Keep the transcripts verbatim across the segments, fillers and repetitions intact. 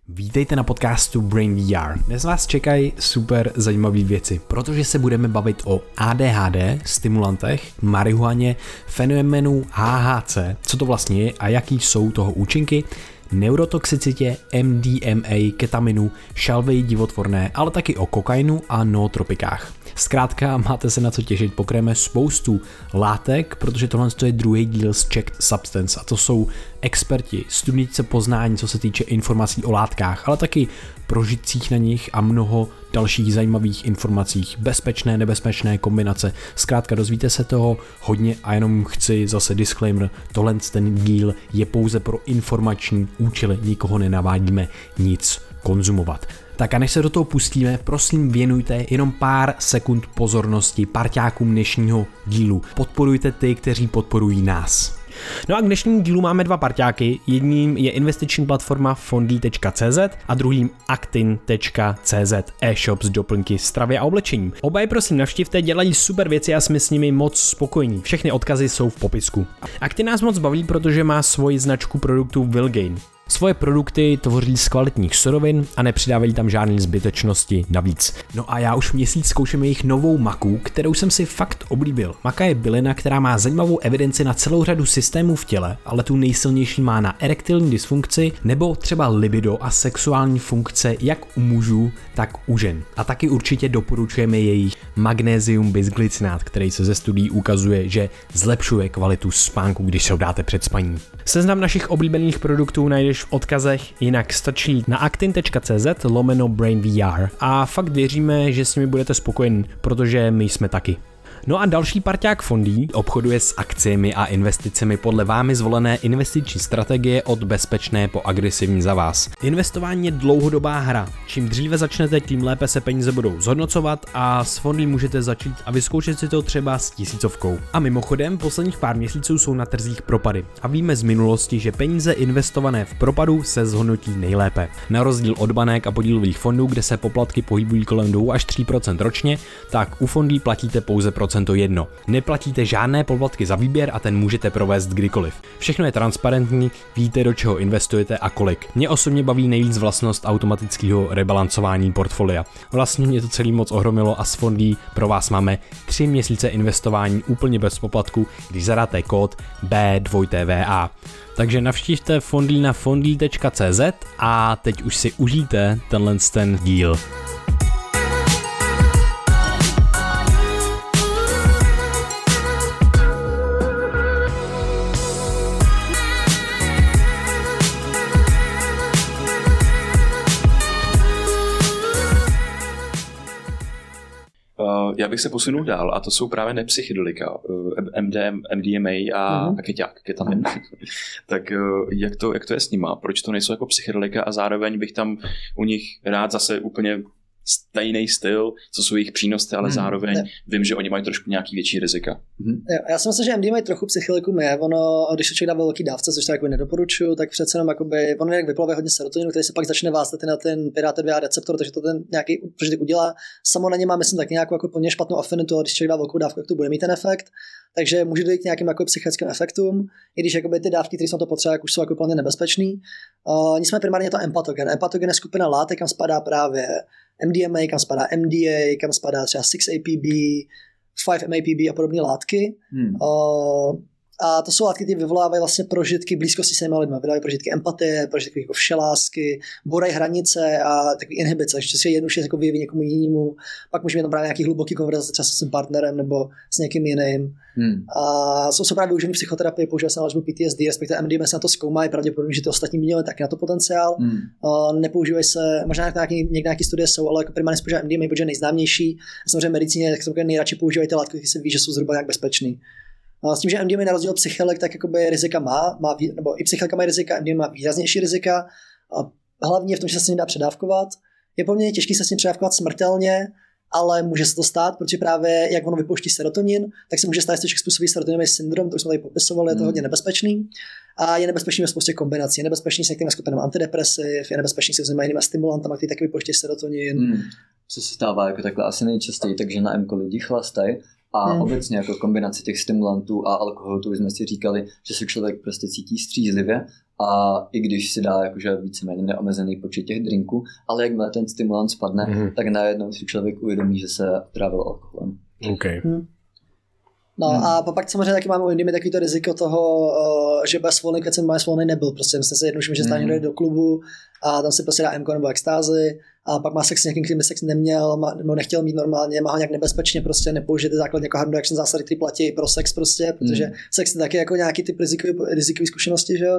Vítejte na podcastu Brain V R. Dnes vás čekají super zajímavé věci, protože se budeme bavit o A D H D, stimulantech, marihuaně, fenomenu H H C, co to vlastně je a jaký jsou toho účinky, neurotoxicitě, M D M A, ketaminu, šalvěji divotvorné, ale taky o kokainu a nootropikách. Zkrátka máte se na co těšit, pokryjeme spoustu látek, protože tohle je druhý díl z Checked Substance a to jsou experti, studnice poznání, co se týče informací o látkách, ale taky prožitcích na nich a mnoho dalších zajímavých informací, bezpečné, nebezpečné kombinace. Zkrátka dozvíte se toho hodně a jenom chci zase disclaimer, tohle ten díl je pouze pro informační účely, nikoho nenavádíme nic konzumovat. Tak a než se do toho pustíme, prosím věnujte jenom pár sekund pozornosti parťákům dnešního dílu. Podporujte ty, kteří podporují nás. No a k dnešnímu dílu máme dva parťáky. Jedním je investiční platforma fondy tečka cé zet a druhým actin tečka cé zet, e-shop s doplňky stravy a oblečením. Oba je prosím navštivte, dělají super věci a jsme s nimi moc spokojení. Všechny odkazy jsou v popisku. Actin nás moc baví, protože má svoji značku produktů Vilgain. Svoje produkty tvoří z kvalitních surovin a nepřidávají tam žádné zbytečnosti navíc. No a já už měsíc zkouším jejich novou maku, kterou jsem si fakt oblíbil. Maka je bylina, která má zajímavou evidenci na celou řadu systémů v těle, ale tu nejsilnější má na erektilní dysfunkci nebo třeba libido a sexuální funkce jak u mužů, tak u žen. A taky určitě doporučujeme jejich magnézium bisglycinát, který se ze studií ukazuje, že zlepšuje kvalitu spánku, když se ho dáte před spaním. Seznam našich oblíbených produktů najdeš v odkazech, jinak stačí na actin tečka cé zet lomeno brain V R a fakt věříme, že s nimi budete spokojení, protože my jsme taky. No a další parťák fondí obchoduje s akciemi a investicemi podle vámi zvolené investiční strategie od bezpečné po agresivní za vás. Investování je dlouhodobá hra. Čím dříve začnete, tím lépe se peníze budou zhodnocovat a s fondy můžete začít a vyzkoušet si to třeba s tisícovkou. A mimochodem, posledních pár měsíců jsou na trzích propady a víme z minulosti, že peníze investované v propadu se zhodnotí nejlépe. Na rozdíl od banek a podílových fondů, kde se poplatky pohybují kolem dva až tři procenta ročně, tak u fondů platíte pouze procento jedno. Neplatíte žádné poplatky za výběr a ten můžete provést kdykoliv. Všechno je transparentní, víte, do čeho investujete a kolik. Mě osobně baví nejvíc vlastnost automatického rebalancování portfolia. Vlastně mě to celý moc ohromilo a s fondí pro vás máme tři měsíce investování úplně bez poplatku, když zadáte kód B dva T V A. Takže navštivte fondy na fondy tečka cé zet a teď už si užijte tenhle ten díl. Já bych se posunul dál a to jsou právě nepsychedelika, M D M A a, mm-hmm. a keťák, ketamin. Tak jak to, jak to je s nima? Proč to nejsou jako psychedelika a zároveň bych tam u nich rád zase úplně stejný styl, co jsou jejich přínosy, ale hmm, zároveň ne. Vím, že oni mají trošku nějaký větší rizika. Hmm. Já si myslím, že M D M A trochu psychedelikum je. Ono, když se člověk dá velký dávce, což tak nedoporučuju, tak přece jenom jakoby, ono nějak vyplavuje hodně serotoninu, který se pak začne vázat na ten pirát dva receptor, takže to ten nějaký prožitek udělá. Samo na ně má, myslím, tak nějakou jako plně špatnou afinitu, ale když člověk dá velkou dávku, jak to bude mít ten efekt. Takže může dojít k nějakým jako psychickým efektům, i když jakoby ty dávky, které jsou to potřeba, už jsou jako plně nebezpečný. Uh, nicméně primárně je to empatogen. Empatogen je skupina látek, kam spadá právě M D M A, kam spadá M D A, kam spadá třeba šest A P B, pět M A P B a podobné látky. Hmm. Uh, a to jsou látky, které vyvolávají vlastně prožitky blízkosti s těmi lidmi. Vydávají prožitky empatie, prožitky jako všelásky, bourají hranice a takové inhibice. Že si jednou jako vyjeví někomu jinému, pak můžeme mít právě nějaký hluboký konverzace třeba s svým partnerem nebo s někým jiným. Hmm. A jsou, jsou právě využený v psychoterapii, používá se na léčbu P T S D, respektive M D M A se na to zkoumají, pravděpodobně, že ty ostatní měli taky na to potenciál. Hmm. Uh, nepoužívají se, možná nějaký, někde nějaké studie jsou, ale jako primárně používá M D M A, protože je nejznámější. Samozřejmě medicíně tak nejradši používají ty látky, které se ví, že jsou zhruba nějak bezpečný. S tím, že M D M A na rozdíl od psychedelik, tak jakoby rizika má, má, nebo i psychedelika mají rizika, M D M A má výraznější rizika. A hlavně je v tom, že se s ním dá předávkovat. Je poměrně těžké se s ním předávkovat smrtelně, ale může se to stát, protože právě jak ono vypouští serotonin, tak se může stát, že způsobí serotoninový syndrom, to už jsme tady popisovali, je to hodně nebezpečný. A je nebezpečný ve spoustě kombinací. Je nebezpečný s některými skupinami antidepresiv, je nebezpečný se vzájemnými jinými stimulantami, který taky vypouští serotonin. Hmm. Co se stává jako takhle asi nejčastěji, takže na M-ko lidi chlastají. A hmm. obecně jako kombinace těch stimulantů a alkoholu, to už jsme si říkali, že se člověk prostě cítí střízlivě a i když si dá jakože víceméně neomezený počet těch drinků, ale jakmile ten stimulant spadne, mm-hmm. tak najednou si člověk uvědomí, že se trávil alkoholem. Okay. Hmm. No hmm. a pak samozřejmě taky máme u Indymi takový to riziko toho, že bez svolný, keď jsem svolný nebyl. Prostě myslím si jednou, že stane hmm. někdo do klubu a tam si prostě dá M K nebo extázy a pak má sex s někým, který by sex neměl, má, nebo nechtěl mít normálně, má ho nějak nebezpečně, prostě nepoužije ty základní jako harm reduction zásady, které platí i pro sex prostě, protože hmm. sex je taky jako nějaký typ rizikový, rizikový zkušenosti, že jo.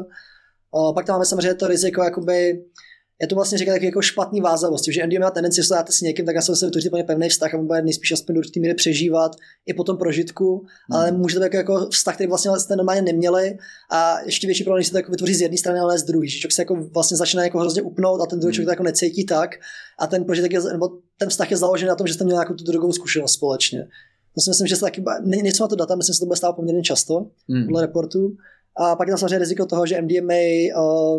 A pak tam máme samozřejmě to riziko, jakoby, je to vlastně říkat taky jako špatný vázavosti, že M D M A má tendenci, že se dáte s někým, tak já jsem se vytvořit úplně pevný vztah a bude nejspíš aspoň do určitý míry přežívat i po tom prožitku, mm. ale může to být jako, jako vztah, který vlastně jste normálně neměli a ještě větší problém, že se to jako vytvoří z jedné strany, ale ne z druhé, že člověk se jako vlastně začne jako hrozně upnout a ten druhý mm. člověk to jako necítí tak a ten prožitek je, nebo ten vztah je založený na tom, že jste měli nějakou tu drogovou zkušenost společně. To si myslím, že se taky, ne, nejsou na to data, myslím, že se to bude stávat poměrně často mm. podle reportu. A pak je tam samozřejmě riziko toho, že M D M A uh,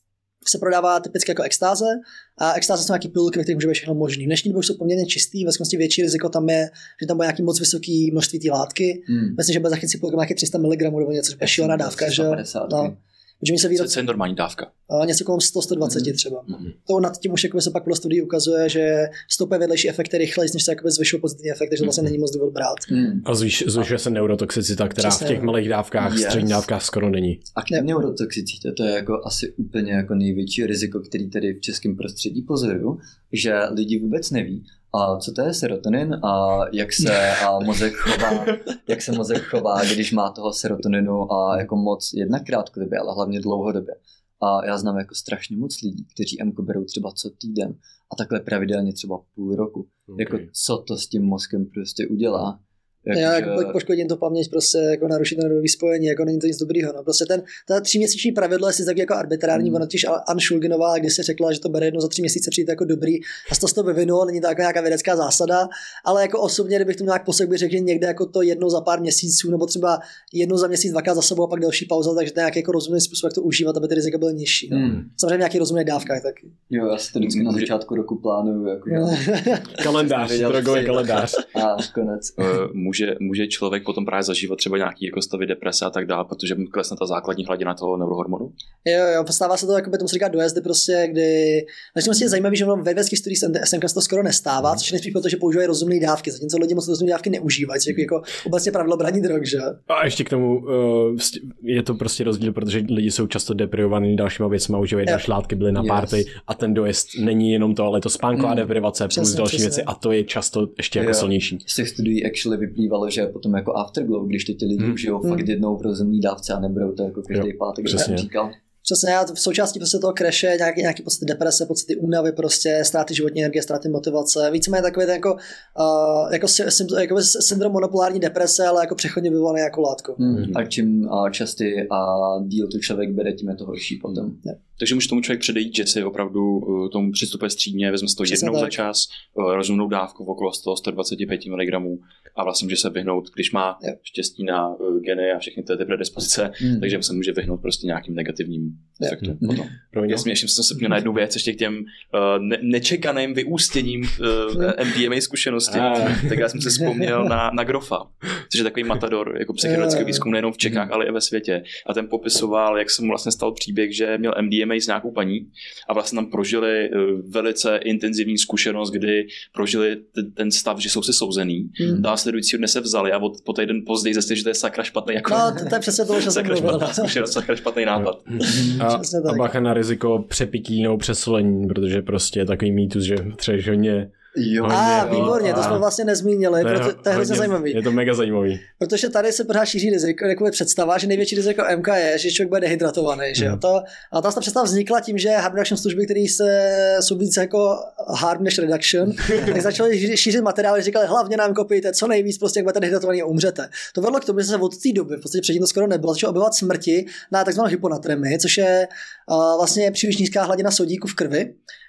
se prodává typicky jako extáze a extáze jsou nějaký pilulky, ve kterých může být všechno možný. V dnešní době už jsou poměrně čistý, ve skutečnosti větší riziko tam je, že tam bude nějaký moc vysoký množství té látky. Hmm. Myslím, že bude zachytit pilulky nějaký tři sta miligramů nebo něco, že šílená dávka, že no. Se výrob... Co je normální dávka? Uh, něco kolem sto až sto dvacet mm. třeba. Mm. To nad tím už jakoby se pak podle studií ukazuje, že stoupé vedlejší efekty rychleji, než se jakoby zvyšují pozitivní efekty, takže vlastně není moc důvod brát. Mm. A zvyš, zvyšuje se neurotoxicita, která přesně v těch malých dávkách, yes. středních dávkách skoro není. A k neurotoxicitě to je jako asi úplně jako největší riziko, který tady v českém prostředí pozoruju, že lidi vůbec neví, a co to je serotonin a jak se a mozek chová, jak se mozek chová, když má toho serotoninu a jako moc jednak krátkodobě, ale hlavně dlouhodobě. A já znám jako strašně moc lidí, kteří M K berou třeba co týden a takhle pravidelně třeba půl roku. Okay. Jako co to s tím mozkem prostě udělá. Jak, já, jako že... poškodím to paměť, prostě jako narušit to nervové spojení, jako není to nic dobrýho. No. Prostě ten, ta tříměsíční pravidlo je si taky jako arbitrární, mm. ona totiž Ann Shulginová, když se řekla, že to bere jedno za tři měsíce, přijde jako dobrý a z toho se to vyvinulo, není to jako nějaká vědecká zásada, ale jako osobně, kdybych to nějak posek bych řekl, že někde jako to jedno za pár měsíců, nebo třeba jedno za měsíc, dvakrát za sebou a pak další pauza, takže to je nějaký jako rozumný způsob, jak to užívat, aby ty rizika byly nižší. No. Mm. Samozřejmě nějaký rozumný dávkách taky. Jo, já si to vždycky na začátku roku plánuju, jako kalendář, drogový kalendář. A konec. Může, může člověk potom právě zažívat třeba nějaký jako stavy deprese a tak dále, protože mu klesne ta základní hladina toho neurohormonu? Jo, jo, postává se to, jako by tomu se říká dojezdy prostě, kdy vlastně je zajímavý, že ve vědeckých studiích S M K se to skoro nestává, mm. což nejspíš proto, že používají rozumné dávky, zatímco lidi moc rozumné dávky neužívají, což je jako obecně pravidlo braní drog, že? A ještě k tomu uh, je to prostě rozdíl, protože lidi jsou často deprivovaní dalšíma věcmi, užívají další látky, byly na yes. party a ten dojezd není jenom to, ale to spánková mm. deprivace plus přesně, další přesně. věci a to je často ještě jako jo. silnější. Z těch studií actually vyplývalo, že potom jako afterglow, když teď lidi mm. užijou mm. fakt jednou v rozumný dávce a neberou to jako každý jo, pátek, jak jsem říkal. Přesně, já v součástí prostě toho crashe, nějaký, nějaký pocity deprese, pocity únavy, prostě ztráty životní energie, ztráty motivace. Víceméně takový ten jako, uh, jako, jako syndrom monopolární deprese, ale jako přechodně vyvolaný jako látko. Mm. A čím uh, častěji a díl to člověk bere, tím je to horší potom. Mm. Takže může tomu člověk předejít, že si opravdu uh, tomu přistupuje střídně, vezme si to jednou tak. za čas, uh, rozumnou dávku v okolo sto až sto dvacet pět miligramů a vlastně může se vyhnout, když má yep. štěstí na uh, geny a všechny ty predispozice, mm. takže se může vyhnout prostě nějakým negativním efektu. Mm. Potom. Já jsem ještě se měl na jednu věc, ještě k těm uh, ne- nečekaným vyústěním uh, M D M A zkušenosti. Tak já jsem se vzpomněl na, na Grofa, což je takový matador, jako psychedelický výzkum nejenom v Čechách, ale i ve světě. A ten popisoval, jak se mu vlastně stal příběh, že měl M D M A s nějakou paní a vlastně tam prožili uh, velice intenzivní zkušenost, kdy prožili t- ten stav, že jsou si souzený. Mm. Následujícího dne se vzali a od, po týden později zjistili, že to je sakra špatný jako no, to, to je přesně to, že jsem mluvil. Zkušenost, sakra špatný nápad. A, a bacha na riziko přepití nebo přesolení, protože prostě je takový mýtus, že třeš hodně. Jo, a výborně, to jsme vlastně nezmínili, to je, proto, to je hrozně zajímavý. Je to mega zajímavý. Protože tady se pořád šíří riziko, jako je představa, že největší riziko M K je, že člověk bude dehydratovaný. Že? Mm. To, a ta představa vznikla tím, že harm reduction služby, které se jsou více jako harm než reduction, tak začaly šířit materiály, říkali, hlavně nám kopijte co nejvíc, prostě jak budete dehydratovaný a umřete. To vedlo k tomu, že se od té doby, v podstatě předtím to skoro nebylo, začalo objevovat smrti na takzvanou hyponatremii, což je uh, vlastně příliš nízká hladina sodíku v krvi.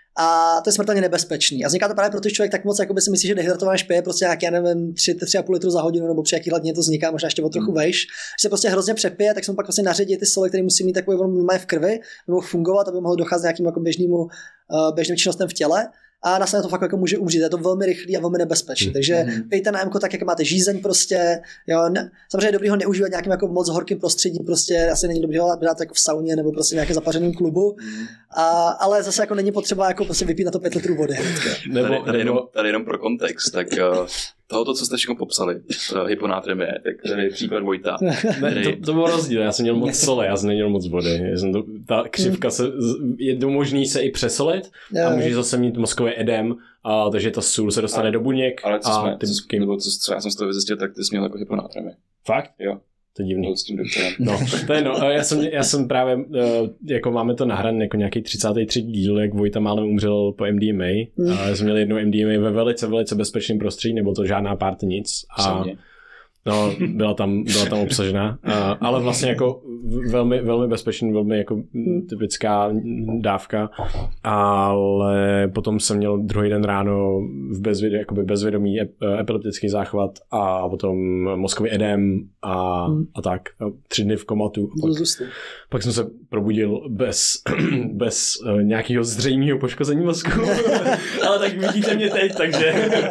A to je smrtelně nebezpečný. A vzniká to právě proto, že člověk tak moc jako by si myslí, že dehydratovaný špije prostě nějaký, já nevím, tři a půl litru za hodinu, nebo při jaký hladině to vzniká, možná ještě o trochu vejš. Že se prostě hrozně přepije, tak se mu pak vlastně naředí ty soli, které musí mít takový volný v krvi, aby mohl fungovat, aby mohl docházet nějakým jako běžnému, uh, běžným činnostem v těle. a následně to fakt jako může umřít. Je to velmi rychlý a velmi nebezpečný. Takže mm-hmm. pijte na emko tak, jak máte žízeň prostě. Jo, ne, samozřejmě je dobrý ho neužívat nějakým jako moc horkým prostředím, prostě asi není dobrý ho brát jako v sauně nebo prostě nějaké zapařeným klubu. Mm-hmm. A, ale zase jako není potřeba jako prostě vypít na to pět litrů vody. Nebo, tady, tady, jenom, tady jenom pro kontext, tak uh, tohoto, co jste všechno popsali, uh, hyponatremie, tak tady je příklad Vojta. Ne, to, to bylo rozdíl, já jsem měl moc soli, já jsem neměl moc vody. Já jsem to, ta křivka se, je to možný se i přesolit a můžeš zase mít mozkový edem, a, takže ta sůl se dostane ale, do buněk. Ale co a jsme, ty, co, nebo co, co já jsem z toho vyzjistil, tak ty jsi měl jako hyponatremie. Fakt? Jo. To je divný. S tím doktorem. No, to je no. Já jsem, já jsem právě, jako máme to nahrané jako nějaký třicátý třetí díl, jak Vojta málem umřel po M D M A. Mm. A já jsem měl jednou M D M A ve velice, velice bezpečném prostředí, nebylo to žádná party nic. A no, byla tam, byla tam obsažená, a, ale vlastně jako velmi, velmi bezpečný, velmi jako typická dávka, ale potom jsem měl druhý den ráno v bezvědomí, jakoby bezvědomí epileptický záchvat a potom mozkový edem a, a tak. A tři dny v komatu. A pak, pak jsem se probudil bez, bez uh, nějakého zřejmého poškození mozku. Ale tak vidíte mě teď, takže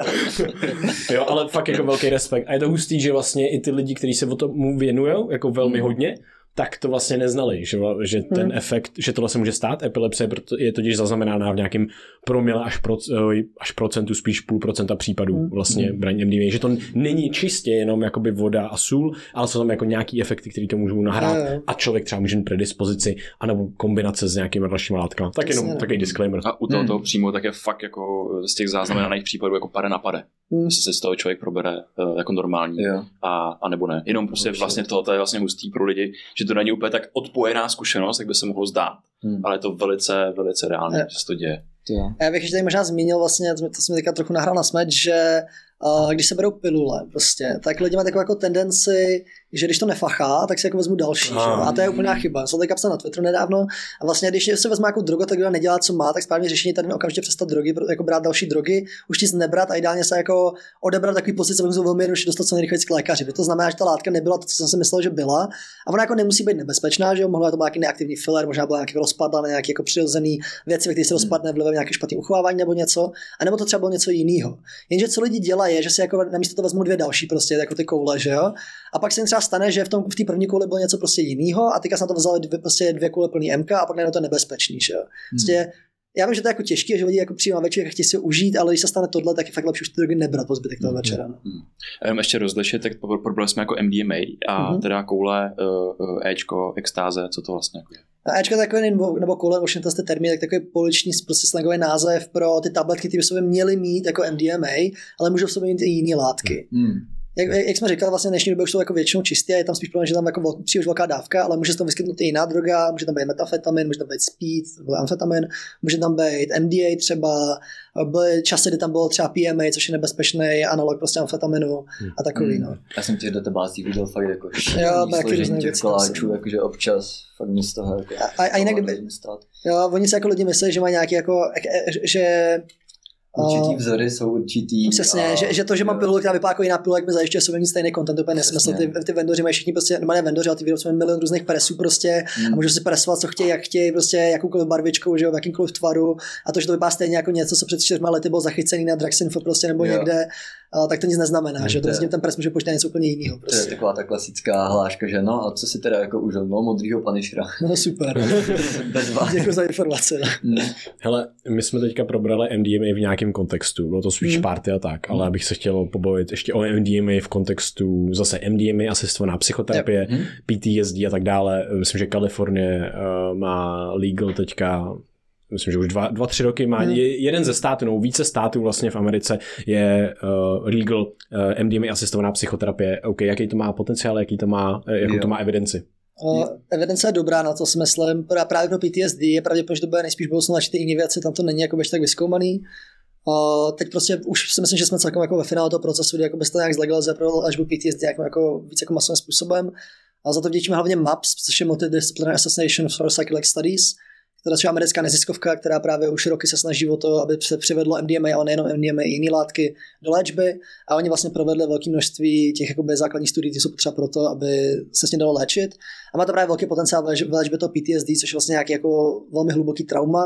jo, ale fakt jako velký respekt. A je to hustý, že vlastně i ty lidi, kteří se o tomu věnujou jako velmi hodně, tak to vlastně neznali, že, že ten hmm. efekt, že tohle se může stát, epilepsie je totiž zaznamenána v nějakém promile až, pro, až procentu, spíš půl procenta případů vlastně hmm. braní M D M A, že to není čistě jenom jakoby voda a sůl, ale jsou tam jako nějaký efekty, které to můžou nahrát hmm. a člověk třeba může mít predispozici anebo kombinace s nějakými dalšími látkami. Tak jenom hmm. takový disclaimer. A u toho, hmm. toho přímo tak je fakt jako z těch zaznamenaných případů jako pade na pade. Hmm. Jestli se z toho člověk probere uh, jako normální a, a nebo ne. Jenom prostě Určitě. Vlastně tohle je vlastně hustý pro lidi, že to není úplně tak odpojená zkušenost, jak by se mohlo zdát. Hmm. Ale je to velice, velice reálné, že se to děje. Yeah. Já bych ještě tady možná zmínil vlastně, to jsem teďka trochu nahrál na smeč, že uh, když se berou pilule prostě, tak lidi mají takovou jako tendenci, že když to nefachá, tak si jako vezmu další. Um. A to je úplná chyba. Jsem teďka psal na Twitteru nedávno a vlastně když se vezme jako drogu, tak kdo nedělá, co má, tak správně řešení tady okamžitě přestat drogy, jako brát další drogy, už nic nebrat a ideálně se jako odebrat takový pocit, aby se velmi jednoduše dostat co nejrychleji k lékaři. To znamená, že ta látka nebyla to, co jsem si myslel, že byla. A ona jako nemusí být nebezpečná, že jo, mohla to být nějaký neaktivní filler, možná byla nějaký rozpadla na nějaké jako přirozené věci, ve kterých se rozpadne vlivem nějaké špatné uchovávání nebo něco, a nebo to třeba bylo něco jiného. Jenže co lidi dělají, je, že si jako namísto toho vezmou dvě další prostě jako ty koule, že jo? A pak se jim třeba stane, že v tom v té první kouli bylo něco prostě jiného a teďka se na to vzali dvě, prostě dvě koule plný M K a pak najednou to je nebezpečný, že jo? Prostě hmm. já vím, že to je jako těžké, že lidi jako přijímají večer a chtějí si ho užít, ale když se stane tohle, tak je fakt lepší už ty drogy nebrat po zbytek toho hmm. večera. No. Hmm. Jenom ještě rozlišit, tak probrali jsme jako M D M A a hmm. teda koule uh, Ečko, extáze, co to vlastně jako je? A Ečko je takový, nebo, nebo koule, už to je termín, tak takový poliční prostě slangový název pro ty tabletky, které by sobě měly mít jako M D M A, ale můžou v sobě mít i jiné látky. Hmm. Jak, jak jsme říkali, vlastně v dnešní době už jsou jako většinou čisté a je tam spíš problém, že tam jako velk, příliš velká dávka, ale může se tam vyskytnout i jiná droga, může tam být metafetamin, může tam být speed, nebo amfetamin, může tam být M D A třeba, byly časy, kdy tam bylo třeba P M A, což je nebezpečný analog prostě amfetaminu hmm. a takový. No. Já jsem těch databází viděl fakt jako složení těch koláčů, jakože občas fakt mě z toho jako a, a jinak kdyby, jo, oni se jako lidi myslí, že mají nějaký jako, že určitý vzory jsou určitý. Přesně, a... že, že to, že mám pilulu, která vypadá jako jiná pilula, jak mi zajišťuje sobě mít stejný content, to je nesmysl. Ty, ty vendoři mají všichni prostě, normálně vendoři, ale ty výrobci mají milion různých presů prostě hmm. a můžou si presovat, co chtějí, jak chtějí, prostě jakoukoliv barvičkou, že jo, v jakýmkoliv tvaru. A to, že to vypadá stejně jako něco, co před čtyřma lety bylo zachycený na Draxinfo prostě nebo jo. někde, a, tak to nic neznamená, hmm, že to je... ten pres může počítat něco úplně jiného. Prostě. To je taková ta klasická hláška, že no, a co si teda jako užil, no, modrýho Punishera. No super. Děkuji za informace. Hmm. Hele, my jsme teďka probrali M D M A v nějakém kontextu. Bylo to spíš mm. party a tak, ale abych se chtěl pobavit ještě o M D M A v kontextu zase M D M A, asistovaná psychoterapie, yep. P T S D a tak dále. Myslím, že Kalifornie uh, má legal teďka, myslím, že už dva, dva tři roky má, mm. je, jeden ze států, nebo více států vlastně v Americe je uh, legal uh, M D M A asistovaná psychoterapie. OK, jaký to má potenciál, jaký to má, jakou jo. to má evidenci? Uh, evidence je dobrá na to, si myslím. Právě pro P T S D je pravděpodobně, že to bude nejspíš budoucnu ty jiné věci, tam to není jako tak vyzkoumaný. Uh, teď prostě už si myslím, že jsme celkem jako ve finále toho procesu, kdy jako by se to nějak zlegalizuje pro léčbu P T S D jako, jako víc jako masovým způsobem. A za to vděčíme hlavně M A P S, což je Multidisciplinary Association for Psychedelic Studies, která je americká neziskovka, která právě už roky se snaží o to, aby se přivedlo M D M A, ale nejenom M D M A, i jiné látky do léčby. A oni vlastně provedli velké množství těch jakoby základních studií, které jsou potřeba pro to, aby se s tím dalo léčit. A má to právě velký potenciál v léčbě toho P T S D, což je vlastně nějaký jako velmi hluboký trauma,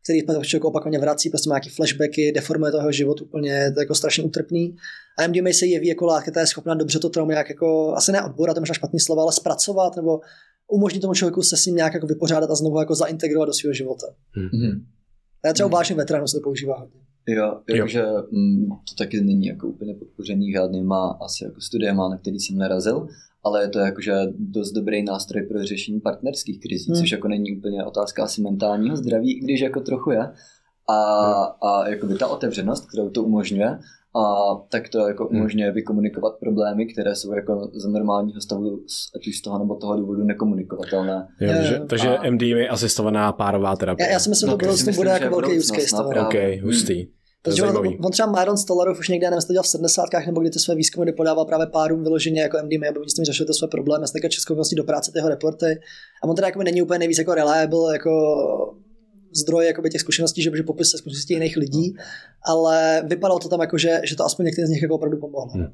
který člověk opakovaně vrací, prostě má nějaký flashbacky, deformuje toho život úplně, to je jako strašně utrpný. A M D M A se jeví jako látka, která je schopná dobře to trauma jak jako, asi ne odborat, to je možná špatný slovo, ale zpracovat nebo umožnit tomu člověku se s ním nějak jako vypořádat a znovu jako zaintegrovat do svého života. Mm-hmm. A třeba u vážných veteránů se to používá hodně. Jo, jakože mm, to taky není jako úplně podpořený žádnýma asi jako studiema, na který jsem narazil, ale je to jakože dost dobrý nástroj pro řešení partnerských krizí, hmm. což jako není úplně otázka asi mentálního zdraví, i když jako trochu je. A, a jakoby ta otevřenost, kterou to umožňuje, a tak to jako umožňuje vykomunikovat problémy, které jsou jako za normálního stavu, ať už z toho nebo toho důvodu nekomunikovatelné. Jo, je, takže, takže a... M D M A je asistovaná párová terapie. Já, já si myslím, že to budoucnu bude jako velký use case. No, ok, hustý. Protože on, on třeba Myron Stollerov už někde, nevím, to dělal v sedmdesátkách, nebo kdy ty své výzkumy podával právě párům vyloženě jako M D M A, aby oni s tím řešili to své problémy, a českou vlastně do práce tyho reporty. A on teda jako není úplně nejvíc jako reliable, jako zdroj jakoby těch zkušeností, že, že popisuje zkušenosti jiných lidí, ale vypadalo to tam jako, že, že to aspoň některý z nich jako opravdu pomohlo. Hmm.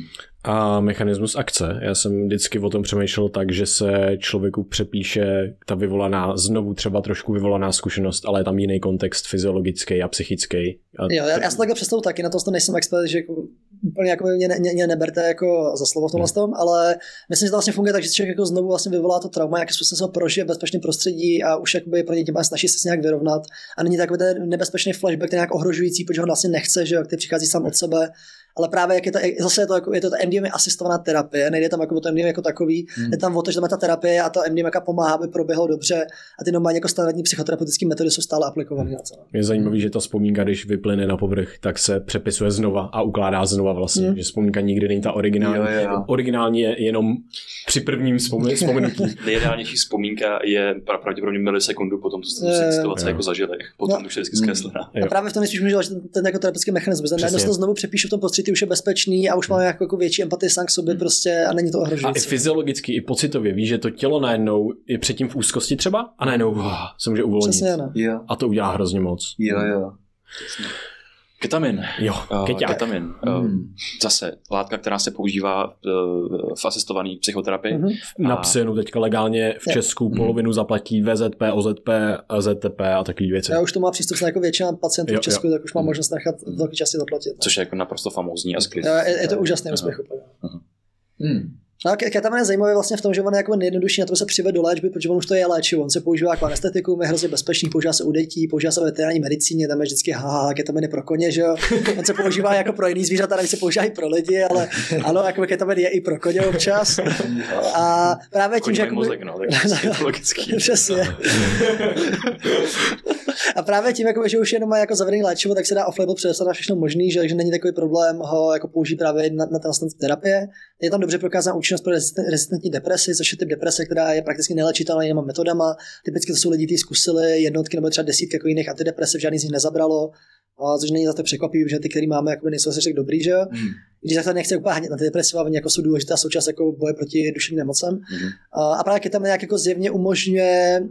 A mechanismus akce. Já jsem vždycky o tom přemýšlel tak, že se člověku přepíše ta vyvolaná, znovu třeba trošku vyvolaná zkušenost, ale je tam jiný kontext fyziologický a psychický. A jo, já, já si takhle představu taky, na to to nejsem expert, že jako, úplně jako mě, mě, mě neberte jako za slovo v tomhle tom, ale myslím, že to vlastně funguje tak, že člověk jako znovu vlastně vyvolá to trauma, jakým způsobem se ho prožije v bezpečném prostředí a už jakoby pro něj tím snaží se nějak vyrovnat a není takový ten nebezpečný flashback, ten nějak ohrožující, protože ho vlastně nechce, že jo, který přichází sám od sebe. Ale právě jak je to, zase je to, jako, je to ta M D M A asistovaná terapie, nejde tam jako o to M D M A jako takový, hmm. je tam o to, že tam je ta terapie a ta M D M A pomáhá, aby proběhlo dobře a ty normálně jako standardní psychoterapeutické metody jsou stále aplikované na to. Je zajímavý, že ta vzpomínka, když vyplyne na povrch, tak se přepisuje znova a ukládá znova vlastně, hmm. že vzpomínka nikdy není ta originální. Jo, jo. Originální je jenom při prvním vzpomenutí. Nejideálnější vzpomínka je pravděpodobně milisekundu potom, co jste tu situaci jako zažili, potom no. už je vždycky zkreslená. A právě v tom nejspíš může ten, ten jako terapeutický mechanismus, najednou se to znovu přepíšu v tom prostředí, už je bezpečný a už máme jako, jako větší empatii sám k sobě prostě a není to ohrožující. A i fyziologicky, i pocitově víš, že to tělo najednou je předtím v úzkosti třeba a najednou oh, se může uvolnit. Přesně, no. A to udělá hrozně moc. Jo, jo. Ketamin. Jo, uh, ketamin. Uh, mm. Zase látka, která se používá uh, v asistované psychoterapii. Mm-hmm. Na psinu teďka legálně v Česku mm. polovinu zaplatí V Z P, O Z P, Z T P a takové věci. Já už to má přístup jako většina pacientů jo, v Česku, jo. tak už má možnost nechat velké části zaplatit. Což je jako naprosto famózní a skvělý. Je, je to úžasný úspěch. Hmm. No a ketamin je zajímavý vlastně v tom, že on je jako nejjednodušší na to se přivede do léčby, protože on už to je léčivo. On se používá jako anestetikum, je hrozně bezpečný, používá se u dětí, používá se ve veterinární medicíně, tam je vždycky haha, ketamin je pro koně, že jo. On se používá jako pro jiný zvířata, tady se používá i pro lidi, ale ano, jako ketamin je i pro koně občas. A právě tím, že jako mozek, no, tak logický. Přesně. A právě tím, jako, že už jenom má jako zavedený léčivo, tak se dá off-label předepsat na všechno možný, že, že není takový problém ho jako použít právě na, na ten terapie. Je tam dobře prokázaná účinnost pro rezistentní depresi, což je typ deprese, která je prakticky nelečitelná jinými metodama. Typicky to jsou lidi, kteří zkusili jednotky nebo třeba desítky jako jiných antidepresiv, žádný z nich nezabralo, a což není za to překvapivé, že ty, který máme, jako nejsou asi dobrý, že jo. Mm. Když se to nechce úplně hanit na ty depresiva, oni jako jsou důležitá součást jako boje proti duševním nemocem. Mm. A právě tam nějak jako zjevně umožňuje,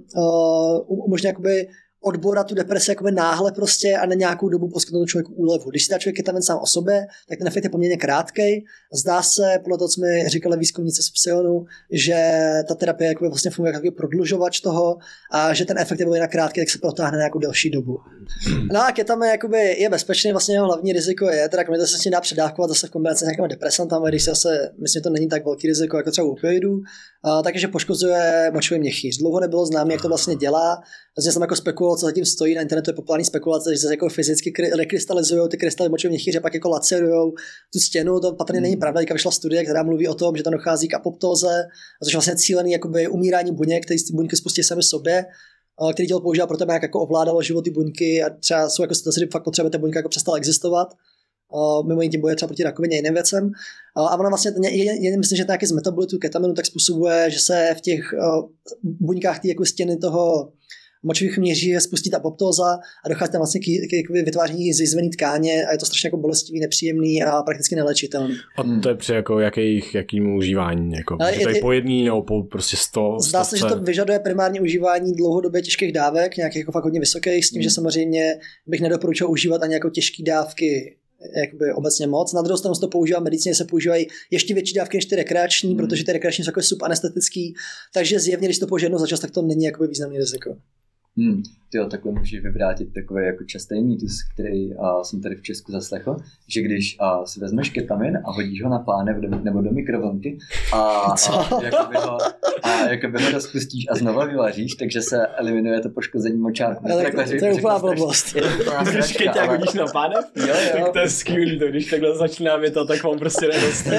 uh, umožňuje jakoby odborat tu depresi jakoby náhle prostě a na nějakou dobu poskytnout člověku úlevu. Když si dá člověk ketamin sám o sobě, tak ten efekt je poměrně krátkej. Zdá se, podle toho, co mi říkali výzkumníci z Psionu, že ta terapie jakoby vlastně funguje jako prodlužovač toho a že ten efekt je poměrně krátký, tak se protáhne na nějakou delší dobu. No a ketamin jakoby je bezpečný, vlastně jeho hlavní riziko je, teda to se s tím dá předávkovat zase v kombinaci s nějakými depresantami, když se zase, myslím, že to není tak velký riziko jako třeba u opioidů, takže poškozuje močový měchýř. Dlouho nebylo známé, jak to vlastně dělá. Vlastně jsem jako spekuloval, co zatím stojí, na internetu je populární spekulace, že se jako fyzicky rekrystalizují ty krystaly močového měchýře, pak jako lacerujou tu stěnu. To patrně není pravda, teďka vyšla studie, která mluví o tom, že tam dochází k apoptóze, což vlastně cílený jakoby umírání buněk, které ty buňky spustí sami sobě, který tělo používá pro to, jak jako ovládalo život ty buňky a třeba jsou jako situace, kdy fakt potřebuje ta buňka jako přestala existovat. Uh, mimo jiný tím boje třeba proti rakovině jiným věcem. Uh, a ona vlastně, je, je, je, myslím, že nějaký z metabolitu ketaminu tak způsobuje, že se v těch uh, buňkách ty jako stěny toho močových měří spustí ta apoptóza a dochází tam vlastně k, k, k vytváření zjizvený tkáně a je to strašně jako bolestivý, nepříjemný a prakticky neléčitelný. A to je při jako jakých, jakým užívání? Jako, že to je, je po jedný nebo po prostě sto? Zdá se, že to vyžaduje primárně užívání dlouhodobě těžkých dávek, nějakých jako fakt hodně vysokých, s tím, hmm. že samozřejmě bych nedoporučil užívat ani jako těžké dávky jakoby obecně moc. Na druhou stranu se to používá, medicíně se používají ještě větší dávky než ty rekreační, hmm. protože ty rekreační jsou jako subanestetický, takže zjevně, když to použije jednou za čas, tak to není jakoby významný riziko. Hmm. Tyjo, takhle můžeš vyvrátit takový jako častý mýtus, který a, jsem tady v Česku zaslechl, že když a, si vezmeš ketamin a hodíš ho na pánev do, nebo do mikrovlnky a, a, jakoby ho, a jakoby ho rozpustíš a znova vyvaříš, takže se eliminuje to poškození močáku. Ale tak to, to je úplná blbost. Když keťák hodíš na pánev, jo, jo. Tak to je skvělý, to, když takhle začínáme to, tak vám prostě nedostí.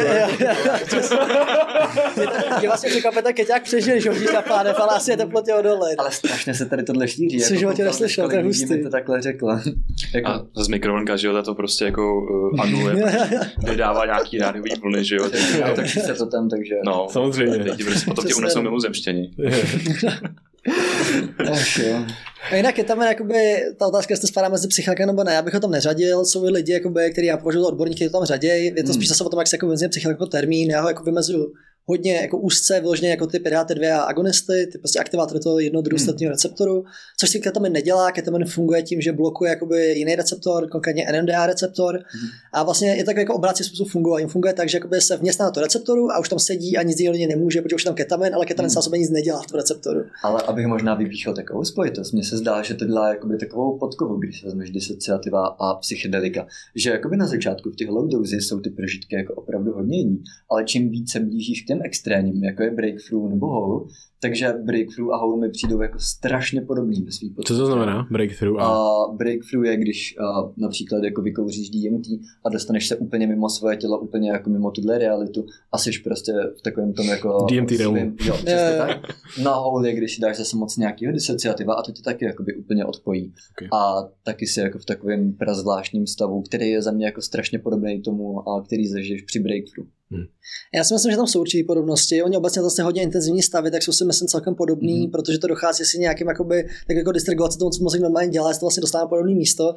Je vlastně překvapuje, tak keťák přežil, že hodíš na pánev, ale asi je teplotě odolej. Ale strašně se tady tohle šíří. Jsi životě neslyšel, to je hustý. To takhle řekla. Jako... A z mikrovlnka, že jo, to prostě jako uh, anuluje, vydává nějaký rádiový vlny, že jo. A tak se to tam, takže... No, samozřejmě. Teď prostě potom tě unesou mimozemštění. A jinak je tam jakoby, ta otázka, jestli spadá mezi psychalka nebo ne, já bych ho tam neřadil, jsou i lidi, jakoby, který já považuji za odborníky, to tam řadějí, je to spíš zase o tom, jak se jako vymezuje psychalka jako termín, já ho jako vymezuju hodně jako úzce, vyloženě jako ty P D H T dva agonisty, ty prostě aktivátory toho jednoho druhostupňového receptoru, což si ketamin nedělá, ketamin funguje tím, že blokuje jakoby jiný receptor, konkrétně N M D A receptor hmm. a vlastně je tak jako obrácený způsob fungování. Funguje tak, že jakoby se vměstná na to receptoru a už tam sedí a nic jiného nemůže, protože už je tam ketamin, ale ketamin hmm. sám sobě nic nedělá v tom receptoru. Ale abych možná vypíchl takovou spojitost, mně se zdá, že to dělá jakoby takovou podkovu, když se vezmeš disociativa a psychedelika, že jakoby na začátku v těch low doses jsou ty prožitky jako opravdu hodně jiný, ale čím více blížíš k těm extrémním, jako je breakthrough nebo whole, takže breakthrough a whole mi přijdou jako strašně podobný ve svý podstatě. Co to znamená breakthrough? A... a breakthrough je, když uh, například jako vykouříš D M T a dostaneš se úplně mimo svoje tělo, úplně jako mimo tuhle realitu a jsi prostě v takovém tom jako D M T realmu. Jo, přesně tak. Na whole je, když si dáš zase moc nějakého disociativa a to tě taky jakoby úplně odpojí. Okay. A taky si jako v takovém prazvláštním stavu, který je za mě jako strašně podobný tomu, a který zažiješ při breakthrough. Hmm. Já si myslím, že tam jsou určitě podobnosti. Oni obecně zase hodně intenzivní stavy, tak jsou si myslím celkem podobný, hmm. protože to dochází si nějakým jakoby, tak jako dysregulace tomu, co mozek normálně dělá, že to vlastně dostává podobné místo.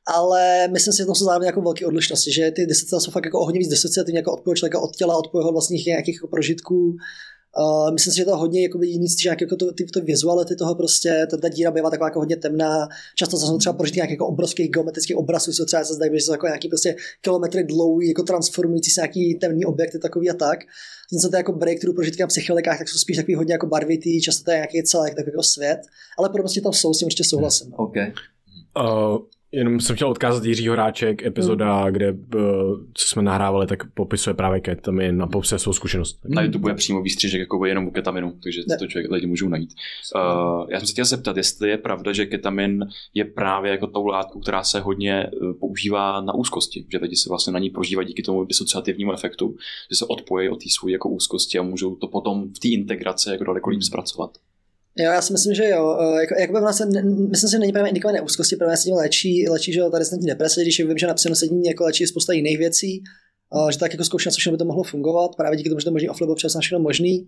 Ale myslím si, že tam jsou zároveň jako velké odlišnosti, že ty disociace jsou fakt jako hodně víc disociativní jako od člověka, od těla, od jeho vlastních nějakých jako prožitků. Uh, myslím si, že to je hodně jakoby, jiný, že jako to, ty, to vizuality toho prostě, ta, ta díra bývá taková jako hodně temná, často jsou třeba prožitý nějakých jako obrovských geometrických obrazů, co třeba se zdají, že jsou jako nějaký prostě kilometry dlouhý, jako transformující se nějaký temný objekty takový a tak. Něco to je jako breakthrough prožitky na psychedelikách, tak jsou spíš takový hodně jako barvitý, často to je nějaký celek, takový jako svět, ale podobnosti tam jsou, s tím určitě souhlasím. Okay. Uh... Jenom jsem chtěl odkázat Jiří Horáček, epizoda, hmm. kde co jsme nahrávali, tak popisuje právě ketamin a popisuje svou zkušenost. Na YouTube je přímo výstřižek jako jenom u ketaminu, takže ne. to člověk, lidi můžou najít. Uh, já jsem se chtěl zeptat, jestli je pravda, že ketamin je právě jako tou látkou, která se hodně používá na úzkosti, že lidi se vlastně na ní prožívají díky tomu disociativnímu efektu, že se odpojí od té své jako úzkosti a můžou to potom v té integraci jako daleko líp zpracovat. Jo, já si myslím, že jo. Jako, jakoby vlastně, myslím si, že není právě indikované úzkosti, protože se tím léčí, léčí, že tady snadní deprese, když vím, že na pseudosední jako léčí spousta jiných věcí, že tak jako zkouším, co by to mohlo fungovat, právě díky tomu, že to možný off-label přes na všechno možný.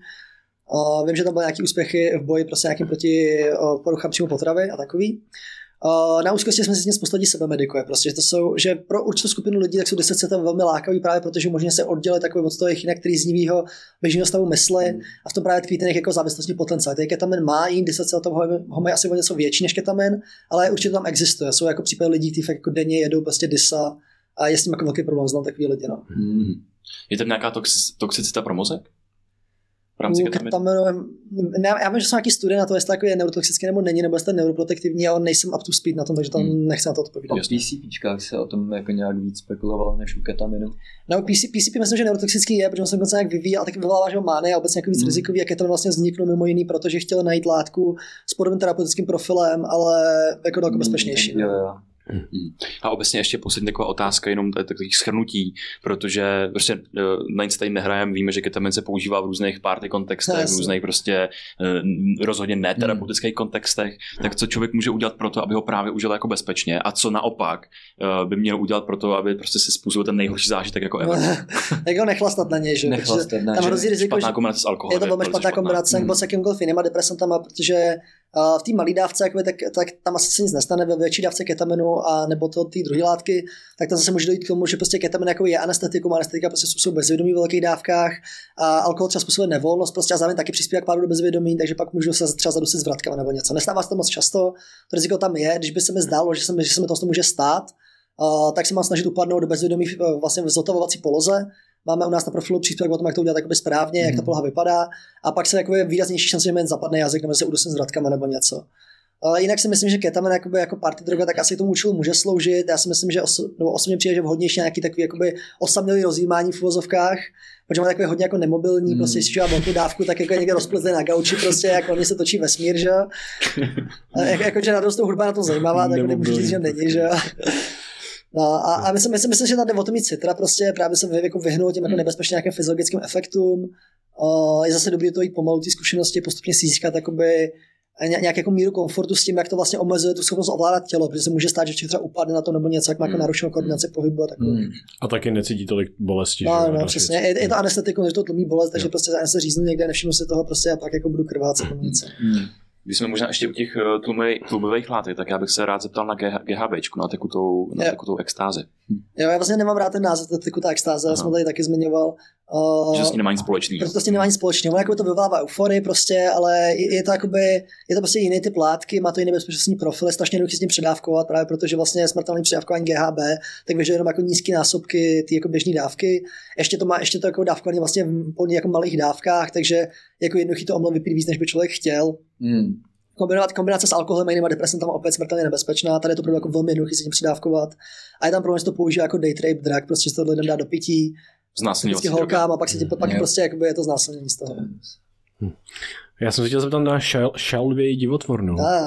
Vím, že tam byly nějaké úspěchy v boji prostě nějakým proti poruchám příjmu potravy a takový. Na úzkosti jsme si s tím spousta lidí sebemedikuje, prostě, že to jsou, že pro určitou skupinu lidí tak jsou disociativy velmi lákavý právě protože možná se oddělit takový od toho jinak trýznivého běžného stavu mysli mm. a v tom právě tkví ten jako závislostní potenciál. Ten ketamin má jiný disociativ, ho mají asi o něco větší než ketamin, ale určitě tam existuje. Jsou jako případy lidí, kteří jako denně jedou prostě disa a je s tím jako velký problém, znám takový lidi. No. Mm. Je tam nějaká tox- toxicita pro mozek? U ketaminu, ne, já vím, že jsou nějaký studie na to, jestli jako je neurotoxický nebo není, nebo jestli je neuroprotektivní, ale nejsem up to speed na tom, takže tam hmm. nechci na to odpovídat. O P C Pčkách se o tom jako nějak víc spekulovalo než u ketaminu. No, P C P myslím, že neurotoxický je, protože on se dokonce nějak vyvíjí, ale taky vyvolává, že ho mány a obecně jako víc hmm. rizikový, a ketamin vlastně vzniknul mimo jiný, protože chtěl najít látku s podobným terapeutickým profilem, ale jako daleko bezpečnější. Hmm. Jo, jo. A obecně ještě poslední taková otázka, jenom takových shrnutí, protože prostě na nic tady nehrajeme, víme, že ketamin se používá v různých party kontextech, v různých prostě rozhodně neterapeutických kontextech, tak co člověk může udělat pro to, aby ho právě užil jako bezpečně, a co naopak by měl udělat pro to, aby prostě si způsobil ten nejhorší zážitek jako ever. Jak ho nechlastat na něj, že? Nechlastat na něj. Tam hrozí riziko, špatná kombinace s alkoholem. Je to velmi špatná kombinace, nebo s jakýmkoliv jinýma depresantama, protože Uh, v té malé dávce, jakoby, tak, tak tam asi se nic nestane, ve větší dávce ketaminu a nebo to ty druhé látky, tak tam zase může dojít k tomu, že prostě ketamin jako je anestetikum, anestetika prostě způsobuje bezvědomí v velkých dávkách a alkohol třeba způsobuje nevolnost, prostě a zároveň taky přispívá k pádu do bezvědomí, takže pak můžu se třeba zadusit s vratkama nebo něco. Nestává se to moc často, to riziko tam je, když by se mi zdálo, že se mi, že se mi to může stát, uh, tak se mám snažit upadnout do bezvědomí vlastně v zotavovací poloze. Máme u nás na profilu příspěvek o tom, jak to udělat jakoby správně, mm. jak ta poloha vypadá, a pak se jakoby výraznější šance, že mi jen zapadne jazyk nebo se udusím s vratkama nebo něco. Uh, jinak si myslím, že ketamin jakoby, jako party droga, tak asi tomu účelu může sloužit. Já si myslím, že oso, no, osobně přijde, že vhodnější nějaký takový jakoby osamělý rozjímání v uvozovkách, protože má takový hodně jako nemobilní, mm. prostě když má velkou dávku, tak jako někde rozplizne na gauči, prostě jako oni se točí vesmír, že jo. jako, jako, že na druhou hudba na tom zajímavá, tak nemůžu říct, že není, že jo. No a, a myslím, myslím, myslím, že tam jde o to mít citra, prostě právě se jako vyhnout těm jako nebezpečným nějakým fyziologickým efektům. Uh, je zase dobré to jít pomalu, ty zkušenosti postupně si získat jakoby nějak jako míru komfortu s tím, jak to vlastně omezuje tu schopnost ovládat tělo, protože se může stát, že člověk třeba upadne na to nebo něco, jak má jako narušenou koordinaci pohybu a takové. Mm. A taky necítí tolik bolesti. No, no, přesně. Je, je to anestetikum, že to tlumí bolest, takže jo. prostě se říznu někde, nevšimnu si toho prostě a pak jako budu krvácet nebo něco. Mm. Když jsme možná ještě u těch tlumivých látek, tak já bych se rád zeptal na GHBčku, na tekutou, na tekutou extázi. Jo, já vlastně nemám rád ten název, ta tekutá extáze, já jsem tady taky zmiňoval. Uh, že s tím nemá nic společného. Protože to s tím nemá nic společného. Jako to vyvolává euforii prostě, ale je, je to jakoby, je to prostě jiný typ látky, má to jiný bezpečnostní profil, je strašně jednoduchý s tím předávkovat, právě protože vlastně smrtelný předávkování G H B, tak vyžaduje jenom jako nízké násobky ty jako běžné dávky. Ještě to má ještě to jako dávkování vlastně v plně jako malých dávkách, takže jako jednoduchý to omlouvá vypít víc, než by člověk chtěl. Hmm. Kombinovat, kombinace s alkoholem a jinýma depresentama opět smrtelně nebezpečná, tady je to opravdu jako velmi jednoduchý si tím předávkovat. A je tam problém, že to používá jako date rape drug, prostě se to lidem dá do pití. Znásilňovací holkám a pak si tím pak yeah. prostě jakoby je to znásilnění z toho. Hm. Já jsem se chtěl zeptat na šel, šalvěj divotvornou. Ah.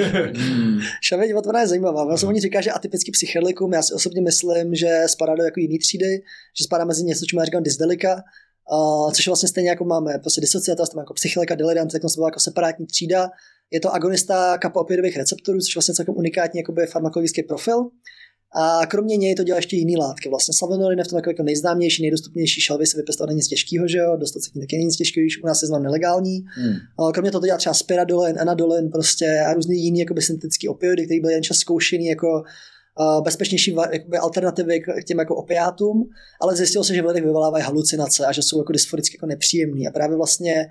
Šalvěj divotvorná je zajímavá. Vlastně oni říká, že atypický psychedelikum, já si osobně myslím, že spadá do jako jiný třídy, že spadá mezi něco, čemu já říkám dysdelika, uh, což vlastně stejně jako máme prostě disociatas, tam jako psychedelika, delirium, tak to byla jako separátní třída. Je to agonista kapopioidových receptorů, což je vlastně celkem unikátní jakoby farmakologický profil. A kromě něj to dělá ještě jiný látky. Vlastně Salvinorin je v tom jako, jako nejznámější, nejdostupnější, šalvy se vypěstovat není nic těžkého, že jo, dostat se k ní taky není nic těžkého, už u nás je znám nelegální. Hmm. A kromě toho to dělá třeba spiradolin, anadolin, prostě a různý jiný jakoby syntetický opioidy, které byly jen čas zkoušený jako uh, bezpečnější jakoby alternativy k těm jako opiátům, ale zjistilo se, že v lidech vyvolávají halucinace a že jsou jako dysforicky jako nepříjemný. A právě vlastně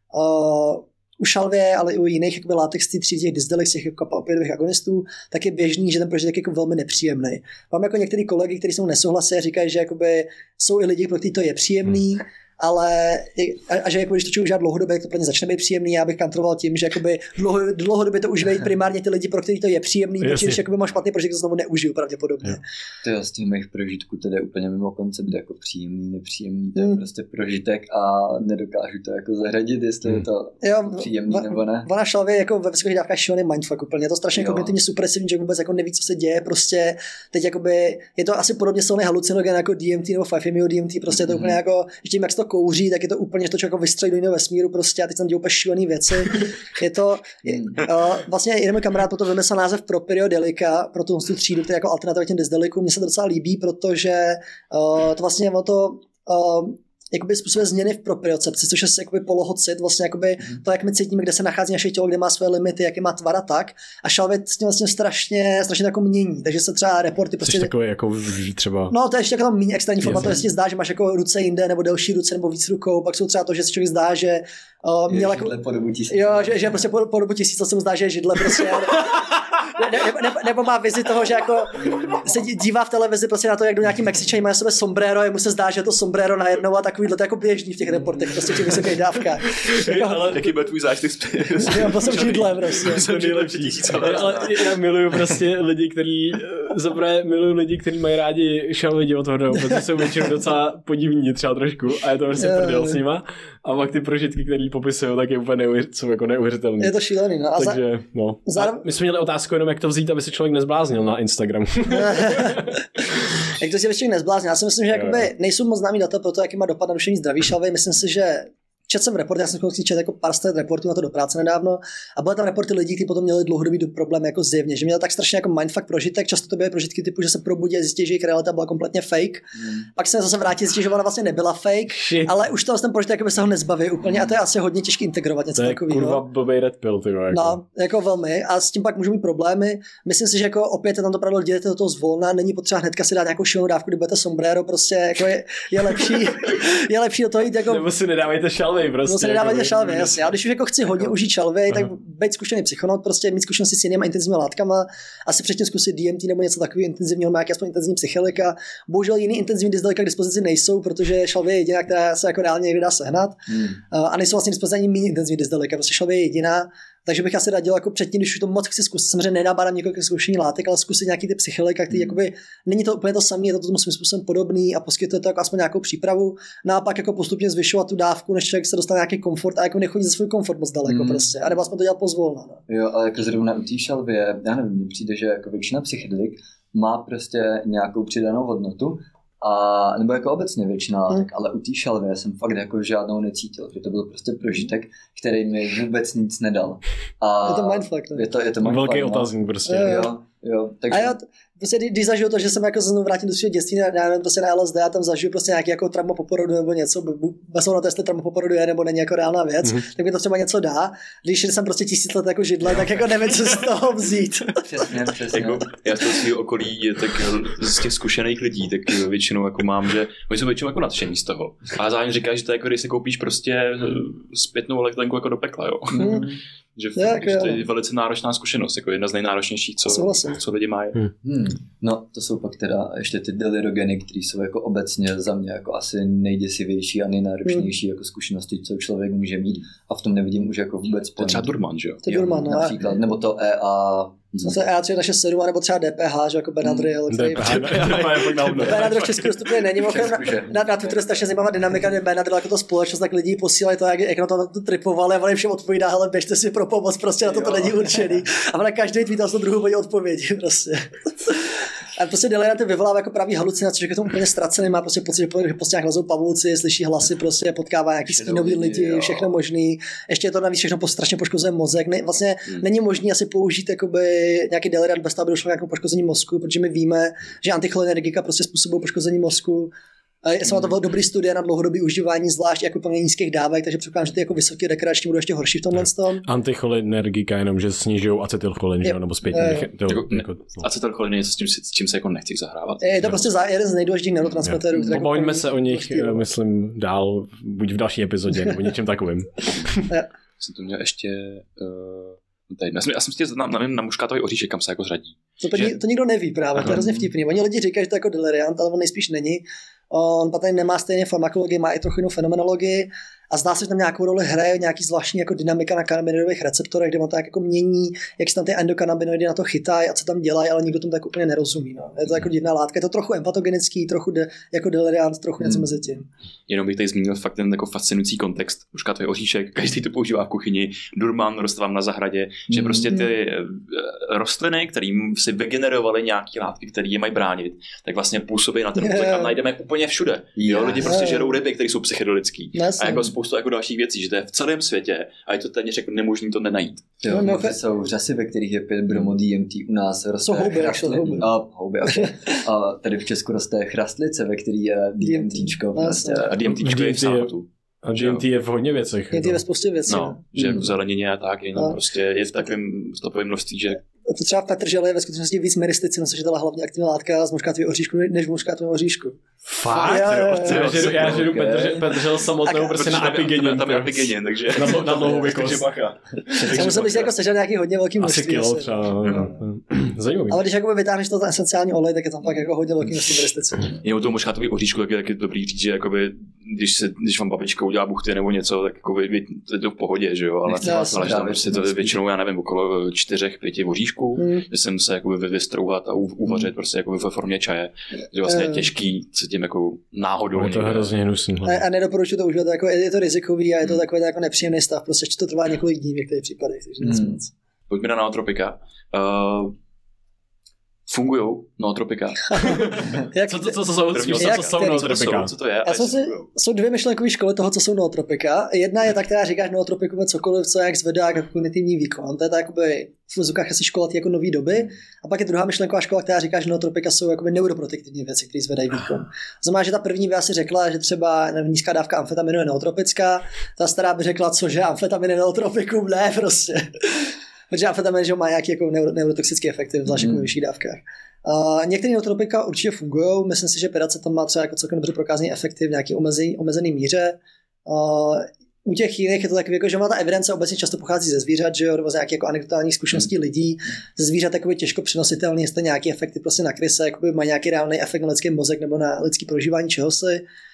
uh, u šalvě, ale i u jiných jakoby, látek z té tří těch dysdelik, z těch jako opioidových agonistů, tak je běžný, že ten prožitek je jako velmi nepříjemný. Mám jako některý kolegy, kteří se mnou nesouhlasí a říkají, že jakoby, jsou i lidi, pro který to je příjemný, ale a, a že jako, když to člověk užívá dlouhodobě, tak to pro ně začne být příjemný. Já bych kontroloval tím, že jakoby, dlouho, dlouhodobě to užívají primárně ty lidi, pro který to je příjemný, protože když jakoby, mám špatný prožitek, to znovu neužiju pravděpodobně. To je s tím mých prožitků tedy úplně mimo koncept jako příjemný, nepříjemný, to je hmm. prostě prožitek a nedokážu to jako zařadit, jestli hmm. je to jo, příjemný va, nebo ne. Ona šalvě jako ve vysokých dávkách šílený mindfuck úplně, je to strašně kognitivně supresivní, že vůbec jako neví, co se děje, prostě teď jakoby, je to asi podobně silný halucinogen jako D M T nebo five M E O D M T, prostě je to hmm. úplně jako, že tím, jak se to kouří, tak je to úplně, že to člověk vystřelí do jiného vesmíru prostě a teď tam dělá úplně šílený věci. Je to, je, uh, vlastně jeden můj kamarád potom vymyslel název Properiodelica pro tu třídu, který jako alternativa těm dysdelikům. Mně se to docela líbí, protože uh, to vlastně o to uh, jakoby způsobuje změny v propriocepci, což je jakoby polohocit, vlastně jakoby to, jak my cítíme, kde se nachází naše tělo, kde má své limity, jaký má tvar a tak. A šalvě s tím vlastně strašně, strašně jako mění. Takže se třeba reporty prostě. Což takový jako třeba. No, to je ještě jako tam méně extrémní forma, to se zdá, že máš jako ruce jinde, nebo delší ruce, nebo víc rukou. Pak jsou třeba to, že se člověk zdá, že uh, měl jako po dobu tisíce. Jo, že, že prostě po, po dobu tisíce se mu zdá, že je židle prostě. Ne, ne, ne, nebo má vizi toho, že jako se dívá v televizi prostě na to, jak do nějaký Mexičani mají sebe sombrero, jemu se zdá, že je to sombrero najednou a takovýhle to jako běžný v těch reportech, prostě v těch vysokých dávkách. Jako, ale jaký byl tvůj zážitek? Jo, to jsem židle prostě. To jsem nejlepší tisíce. Ale já miluju prostě lidi, kteří, zaprvé miluju lidi, kteří mají rádi šalvě divotvornou, protože jsou většinou docela podivní třeba trošku a je to prostě prdel s nima. A pak ty prožitky, které popisují, tak je úplně neuvěř, jsou jako neuvěřitelné. Je to šílený, no. A takže, no. Zároveň... My jsme měli otázku jenom, jak to vzít, aby se člověk nezbláznil na Instagramu. Jak to si člověk nezbláznil? Já si myslím, že jakoby nejsou moc známý data pro to, jaký má dopad na duševní zdraví šalvy. Myslím si, že četl jsem report, já jsem četl jako pár set reportů na to do práce nedávno a byly tam reporty lidí, kteří potom měli dlouhodobý problém jako zjevně, že měli tak strašně jako mindfuck prožitek, často to byly prožitky typu, že se probudí a zjistí, že jejich realita byla kompletně fake. Hmm. Pak se zase vrátí, zjistí, že ona vlastně nebyla fake, Shit. ale už to ten prožitek jako by se ho nezbaví úplně a to je asi hodně těžké integrovat něco takového. To je kurva blbej red pill, ty jako. No, jako velmi a s tím pak můžou mít problémy. Myslím si, že jako opět je tam to pravidlo, dělejte do toho zvolna, není potřeba hnedka si dát nějakou šílenou dávku, kdy budete sombrero, prostě jako je, je lepší je lepší do toho jít jako. Nebo si nedávejte šalvej prostě. Šalvě, jasně. Ale když už jako chci hodně užít šalvy, tak být zkušený psychonaut, prostě mít zkušenosti s jinými intenzivními látkama, asi předtím zkusit D M T nebo něco takového intenzivního, má aspoň intenzivní psychedelika. Bohužel jiný intenzivní dysdelika k dispozici nejsou, protože šalvě je jediná, která se jako reálně někde dá sehnat. Hmm. A nejsou vlastně dispozici ani méně intenzivní dysdelika, prostě šalvě je jediná. Takže bych asi radil jako předtím, když už to moc chci zkusit, samozřejmě nenabádám někoho ke zkoušení látek, ale zkusit nějaký ty psychedelika, který mm. jakoby není to úplně to samé, je to tomu svým způsobem podobný a poskytuje to jako aspoň nějakou přípravu. No a pak jako postupně zvyšovat tu dávku, než člověk se dostane nějaký komfort a jako nechodí za svůj komfort moc daleko mm. prostě. A nebo aspoň to dělat pozvolna. No. Jo, ale jako zrovna u té šalvě, já nevím, mně přijde, že jako většina psychedelik má prostě nějakou přidanou hodnotu. A, nebo jako obecně většina látek, hmm. ale u té šalvě jsem fakt jako žádnou necítil, že to byl prostě prožitek, který mi vůbec nic nedal. A je to mindfuck, ne? Je to, je to mindfuck, velký no. otázník prostě. Jo, jo. Jo, takže... A já t- prostě, když zažiju to, že jsem jako znovu vrátím do svého dětství, já nevím, prostě na L S D a tam zažiju prostě nějaký jako trauma po porodu nebo něco, bez ohledu na to, jestli trauma po porodu je nebo není jako reálná věc, mm-hmm. tak mi to třeba něco dá. Když jsem prostě tisíc let jako židle, tak jako nevím, co z toho vzít. Přesně, přesně. Jako, já z toho svého okolí, tak z těch zkušených lidí, tak většinou jako mám, že oni jsou většinou jako nadšení z toho. A zároveň říkají, že to je jako když si koupíš prostě zpětnou letenku jako do pekla, jo. Mm. Že, Jak, že to je velice náročná zkušenost, jako jedna z nejnáročnějších, co, co lidi mají. Hmm. Hmm. No, to jsou pak teda ještě ty delirogeny, které jsou jako obecně za mě jako asi nejděsivější a nejnáročnější hmm. jako zkušenosti, co člověk může mít a v tom nevidím už jako vůbec to je třeba Durman, že jo? To je Durman, jo, například, nebo to E A Zase E A tři šest sedm, nebo třeba D P H, že jako Benadryl. D P H, Benadryl v Česku dostupně není. Na, na Twitteru je strašně zajímavá dynamika, kde Benadryl jako to společnost, tak lidi posílají to, jak, jak na to, to tripovali a on jim všem odpovídá, hele, běžte si pro pomoc, prostě na to to není určený. A ona každý tweetal z toho druhou bodě odpovědi, prostě. A prostě delirianty vyvolává jako pravý halucinace, že je to úplně ztracený, má prostě pocit, že prostě nějak lezou pavouci, slyší hlasy, prostě potkává nějaký stínový lidi, všechno možný. Ještě je to navíc všechno strašně poškozuje mozek. Ne, vlastně hmm. není možné asi použít jakoby nějaký deliriant bez toho, aby došlo nějakou poškození mozku, protože my víme, že anticholinergika prostě způsobují poškození mozku. Jsou na to dobrý studie na dlouhodobé užívání, zvlášť jako plně nízkých dávek, takže předpokládám, že ty jako vysoké rekreační budou ještě horší v tomhle tom. Anticholinergika jenom, že snižují acetylcholin, že nebo zpětně. Je, je. Jako, jako, acetylcholin je něco, s tím, s čím se jako nechci zahrát. Je, je to prostě jeden z nejdůležitějších neurotransmiterů. Pomeňme se o nich, myslím, dál, buď v další epizodě, nebo něčem takovým. Jsem to měl ještě... Uh... Tady. Já jsem, já jsem si na, na, na muškátový oříšek, kam se jako řadí. To, to, že... to nikdo neví právě, Aha. to je hrozně vtipný. Oni lidi říkají, že to je jako deliriant, ale on nejspíš není. On patrně nemá stejně farmakologii, má i trochu jinou fenomenologii a zdá se, že tam nějakou roli hraje nějaký zvláštní jako dynamika na kanabinoidových receptorech, kde on to jako mění, jak se tam ty endokanabinoidy na to chytají a co tam dělají, ale nikdo tomu tak úplně nerozumí. No. Je to jako divná látka, je to trochu empatogenický, trochu de, jako deliriant, trochu něco hmm. mezi tím. Jenom bych tady zmínil fakt ten jako fascinující kontext. Muškátový oříšek, každý to používá v kuchyni, Durman roste vám na zahradě, že hmm. prostě ty rostliny, kterým si vygenerovaly nějaké látky, které je mají bránit, tak vlastně působí na ten mozek a najdeme úplně všude. Jo, lidi prostě žerou ryby, které jsou psychedelické. A jako spoustu jako dalších věcí, že to je v celém světě a je to téměř jako nemožné to nenajít. Jo, no, no, jsou řasy, ve kterých je pět bromo D M T, u nás roste chrastli... houby. A, houby a tady v Česku roste chrastlice, ve který je DMTčko. Vlastně. A DMTčko je v sámotu. A D M T je v hodně věcech. D M T je ve spoustě věcí. No, že jako v zelenině a tak, jenom no. prostě je v takovém stopovém množství, že... To třeba v petrželi je ve skutečnosti víc myristicin, což je teda hlavně aktivní látka z muškátového oříšku, než v muškátovém oříšku. Fakt? Já, já, já, já, já žeru okay. petržel samotnou prostě na apigenin. Tam je apigenin, takže... Na dlouhou věkost. Já musel bych jako sežrat nějaký hodně velký množství. Asi kilo třeba. Zajímavý. Ale když jako vytáhneš to ten esenciální olej, tak je tam pak jako hodně velký množství myristicin. Je u toho muškátového oříšku tak je taky dobrý říct, že jakoby, když, se, když vám babička udělá buchty nebo něco, tak jako vy, je to v pohodě, že jo, ale, ale tam prostě to je většinou, já nevím, okolo čtyřech, pěti oříšků, hmm. že jsem se jako vystrouhat a uvařit hmm. prostě jako ve formě čaje, že vlastně je těžký se tím jako náhodou. Je to hrozně hnusný. A, a nedoporučuji to užívat, jako, je to rizikový a je to takový jako nepříjemný stav, prostě to trvá několik dní v některých případech, takže hmm. Pojďme na nootropika. Uh, Fungujou nootropika. co, co, co, co jsou, co, co jsou nootropika? Co to je? Já si, jsou dvě myšlenkové školy toho, co jsou nootropika. Jedna je ta, která říká, že nootropikum je cokoliv, co jak zvedá jako kognitivní výkon. To je ta jakoby v vozovkách asi škola ty jako nový doby. A pak je druhá myšlenková škola, která říká, že nootropika jsou jakoby neuroprotektivní věci, které zvedají výkon. Znamená, že ta první by asi řekla, že třeba nízká dávka amfetaminu je nootropická. Ta stará by řekla, cože amfetamin je nootropikum, ne prostě. Protože amfetamin že má nějaké jako neuro, neurotoxické efekty, zvlášť mm. v vyšších dávkách. Uh, některé nootropika určitě fungují. Myslím si, že piracetam má třeba jako celkem dobře prokázaný efekty v nějaké omezený, omezený míře. Uh, u těch jiných je to takový, jako, že má ta evidence obecně často pochází ze zvířat, že jo, nebo z nějakých jako anekdotálních zkušeností mm. lidí. Ze zvířat jakoby těžko přenositelný, jestli nějaký efekty prostě na kryse, jakoby má nějaký reálný efekt na lidský mozek nebo na lidský prožívání čehosi.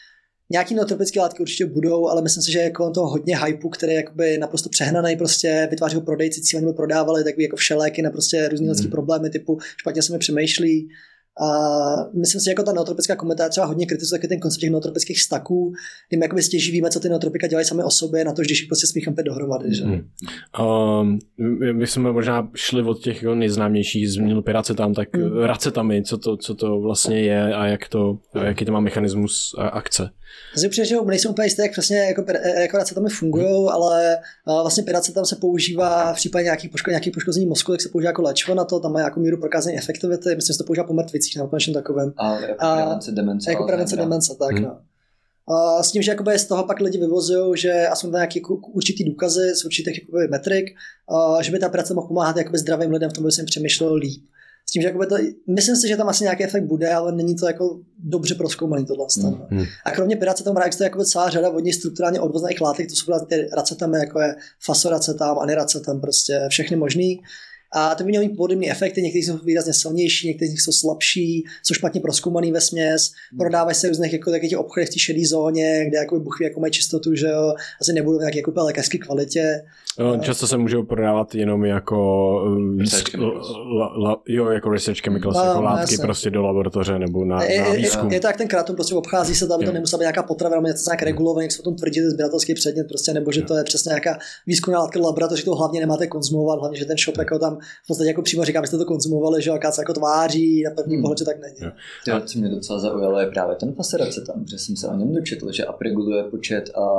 Nějaký nootropické látky určitě budou, ale myslím si, že je kolem toho hodně hypeu, který je jakoby naprosto přehnaný, prostě vytváří ho prodejci, cíleně prodávali takový jako všeléky na prostě různý lidský mm. problémy typu špatně se mi přemýšlí. A myslím si, že jako ta nootropická komunita třeba hodně kritizuje ten koncept těch nootropických staků, kdy my jakoby stěží víme, co ty nootropika dělají sami o sobě, na to, když jich prostě smíchám pět dohromady. Že? Hmm. Um, my jsme možná šli od těch nejznámějších, zmínil piracetam, tak hmm. racetami, co to, co to vlastně je a jak to, jaký to má mechanismus akce. Takže přijde, že nejsem úplně jistý, jak přesně jako, jako racetamy fungují, hmm. ale vlastně piracetam se používá v případě nějakých poško, nějaký poškození mozku, tak se používá jako léčivo na to, tam má nějakou míru prokázání efektivity, myslím, že se to používá po mrtvicích nebo něčem takovém. A jako a, prevence demence. Jako prevence demence, tak hmm. no. A s tím, že jakoby z toho pak lidi vyvozují, že aspoň nějaké určitý důkazy z určitých jakoby metrik, a že by ta práce mohla pomáhat jakoby zdravým lidem v tom, aby se jim přemýšlelo líp. S tím, že jakoby to, myslím si, že tam asi nějaký efekt bude, ale není to jako dobře prozkoumaný tohle. Mm. A kromě piracetam existuje jakoby celá řada vodní strukturálně odvozených látek, to jsou ty racetamy, jako je fasoracetam, aniracetam, prostě všechny možný. A to by mělo mít podobný efekty, někteří jsou výrazně silnější, někteří z nich jsou slabší, jsou špatně prozkoumaný ve směs, prodávají se různých jako taky obchody v té šedé zóně, kde jako buchví jako mají čistotu, že jo, asi nebudou v nějaké jako lékařské kvalitě. No, často se můžou prodávat jenom jako research chemicals. La, la, jo, jako research chemicals, no, jako látky jasně. Prostě do laboratoře nebo na, je, na výzkum. Je, je to jak ten kratom, prostě obchází se to, aby to nemusela být nějaká potrava, nebo něco nějak regulované, jak se potom tvrdí, že sběratelský předmět, prostě, nebo že to je přesně nějaká výzkumná látka laboratoře, to hlavně nemáte konzumovat, hlavně že ten shop jako tam v podstatě jako přímo říká, abyste to konzumovali, že jaká se jako tváří, na první hmm. pohled, že tak není. To, co mě docela zaujalo, je právě ten fasoracetam, protože jsem se o něm dočetl, že upreguluje počet a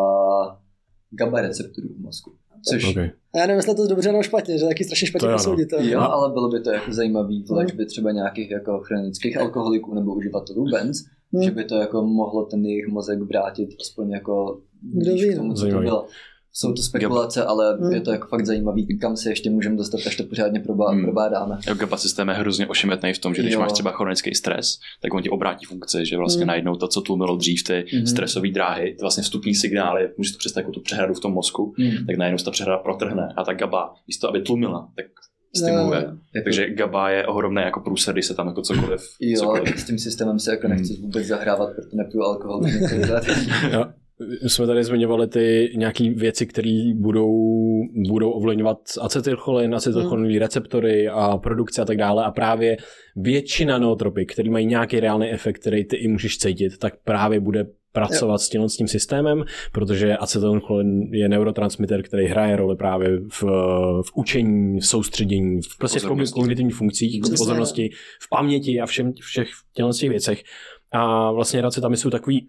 GABA receptorů v mozku. Což... Okay. Já nevím, jestli to dobře nebo špatně, že taky strašně špatně posoudit. Jo, ale bylo by to jako zajímavý v léčbě třeba nějakých jako chronických alkoholiků nebo uživatelů benz, hmm. že by to jako mohlo ten jejich mozek vrátit aspoň jako k tomu, co to bylo. Jsou to spekulace, ale hmm. je to jako fakt zajímavý, kam se ještě můžeme dostat, až to pořádně probá, hmm. probádáme. GABA systém je hrozně ošemetný v tom, že když jo. máš třeba chronický stres, tak on ti obrátí funkci, že vlastně hmm. najednou to, co tlumilo dřív ty hmm. stresové dráhy, ty vlastně vstupní signály, můžeš to představit jako tu přehradu v tom mozku, hmm. tak najednou se ta přehrada protrhne a ta GABA, místo aby tlumila, tak stimuluje. No, no. Takže GABA je ohromný jako průser, když se tam jako cokoliv... Jo, cokoliv. S tím systémem se jako nechci hmm. vůbec zahrávat, protože nepiju alkohol. Jsme tady zmiňovali ty nějaké věci, které budou, budou ovlivňovat acetylcholin, acetylcholinové receptory a produkci a tak dále a právě většina nootropik, které mají nějaký reálný efekt, který ty i můžeš cítit, tak právě bude pracovat s tím, s tím systémem, protože acetylcholin je neurotransmitter, který hraje roli právě v, v učení, v soustředění, v, prostě v kognitivních funkcích, v pozornosti, v paměti a všem, všech těch věcech. A vlastně racetamy jsou takový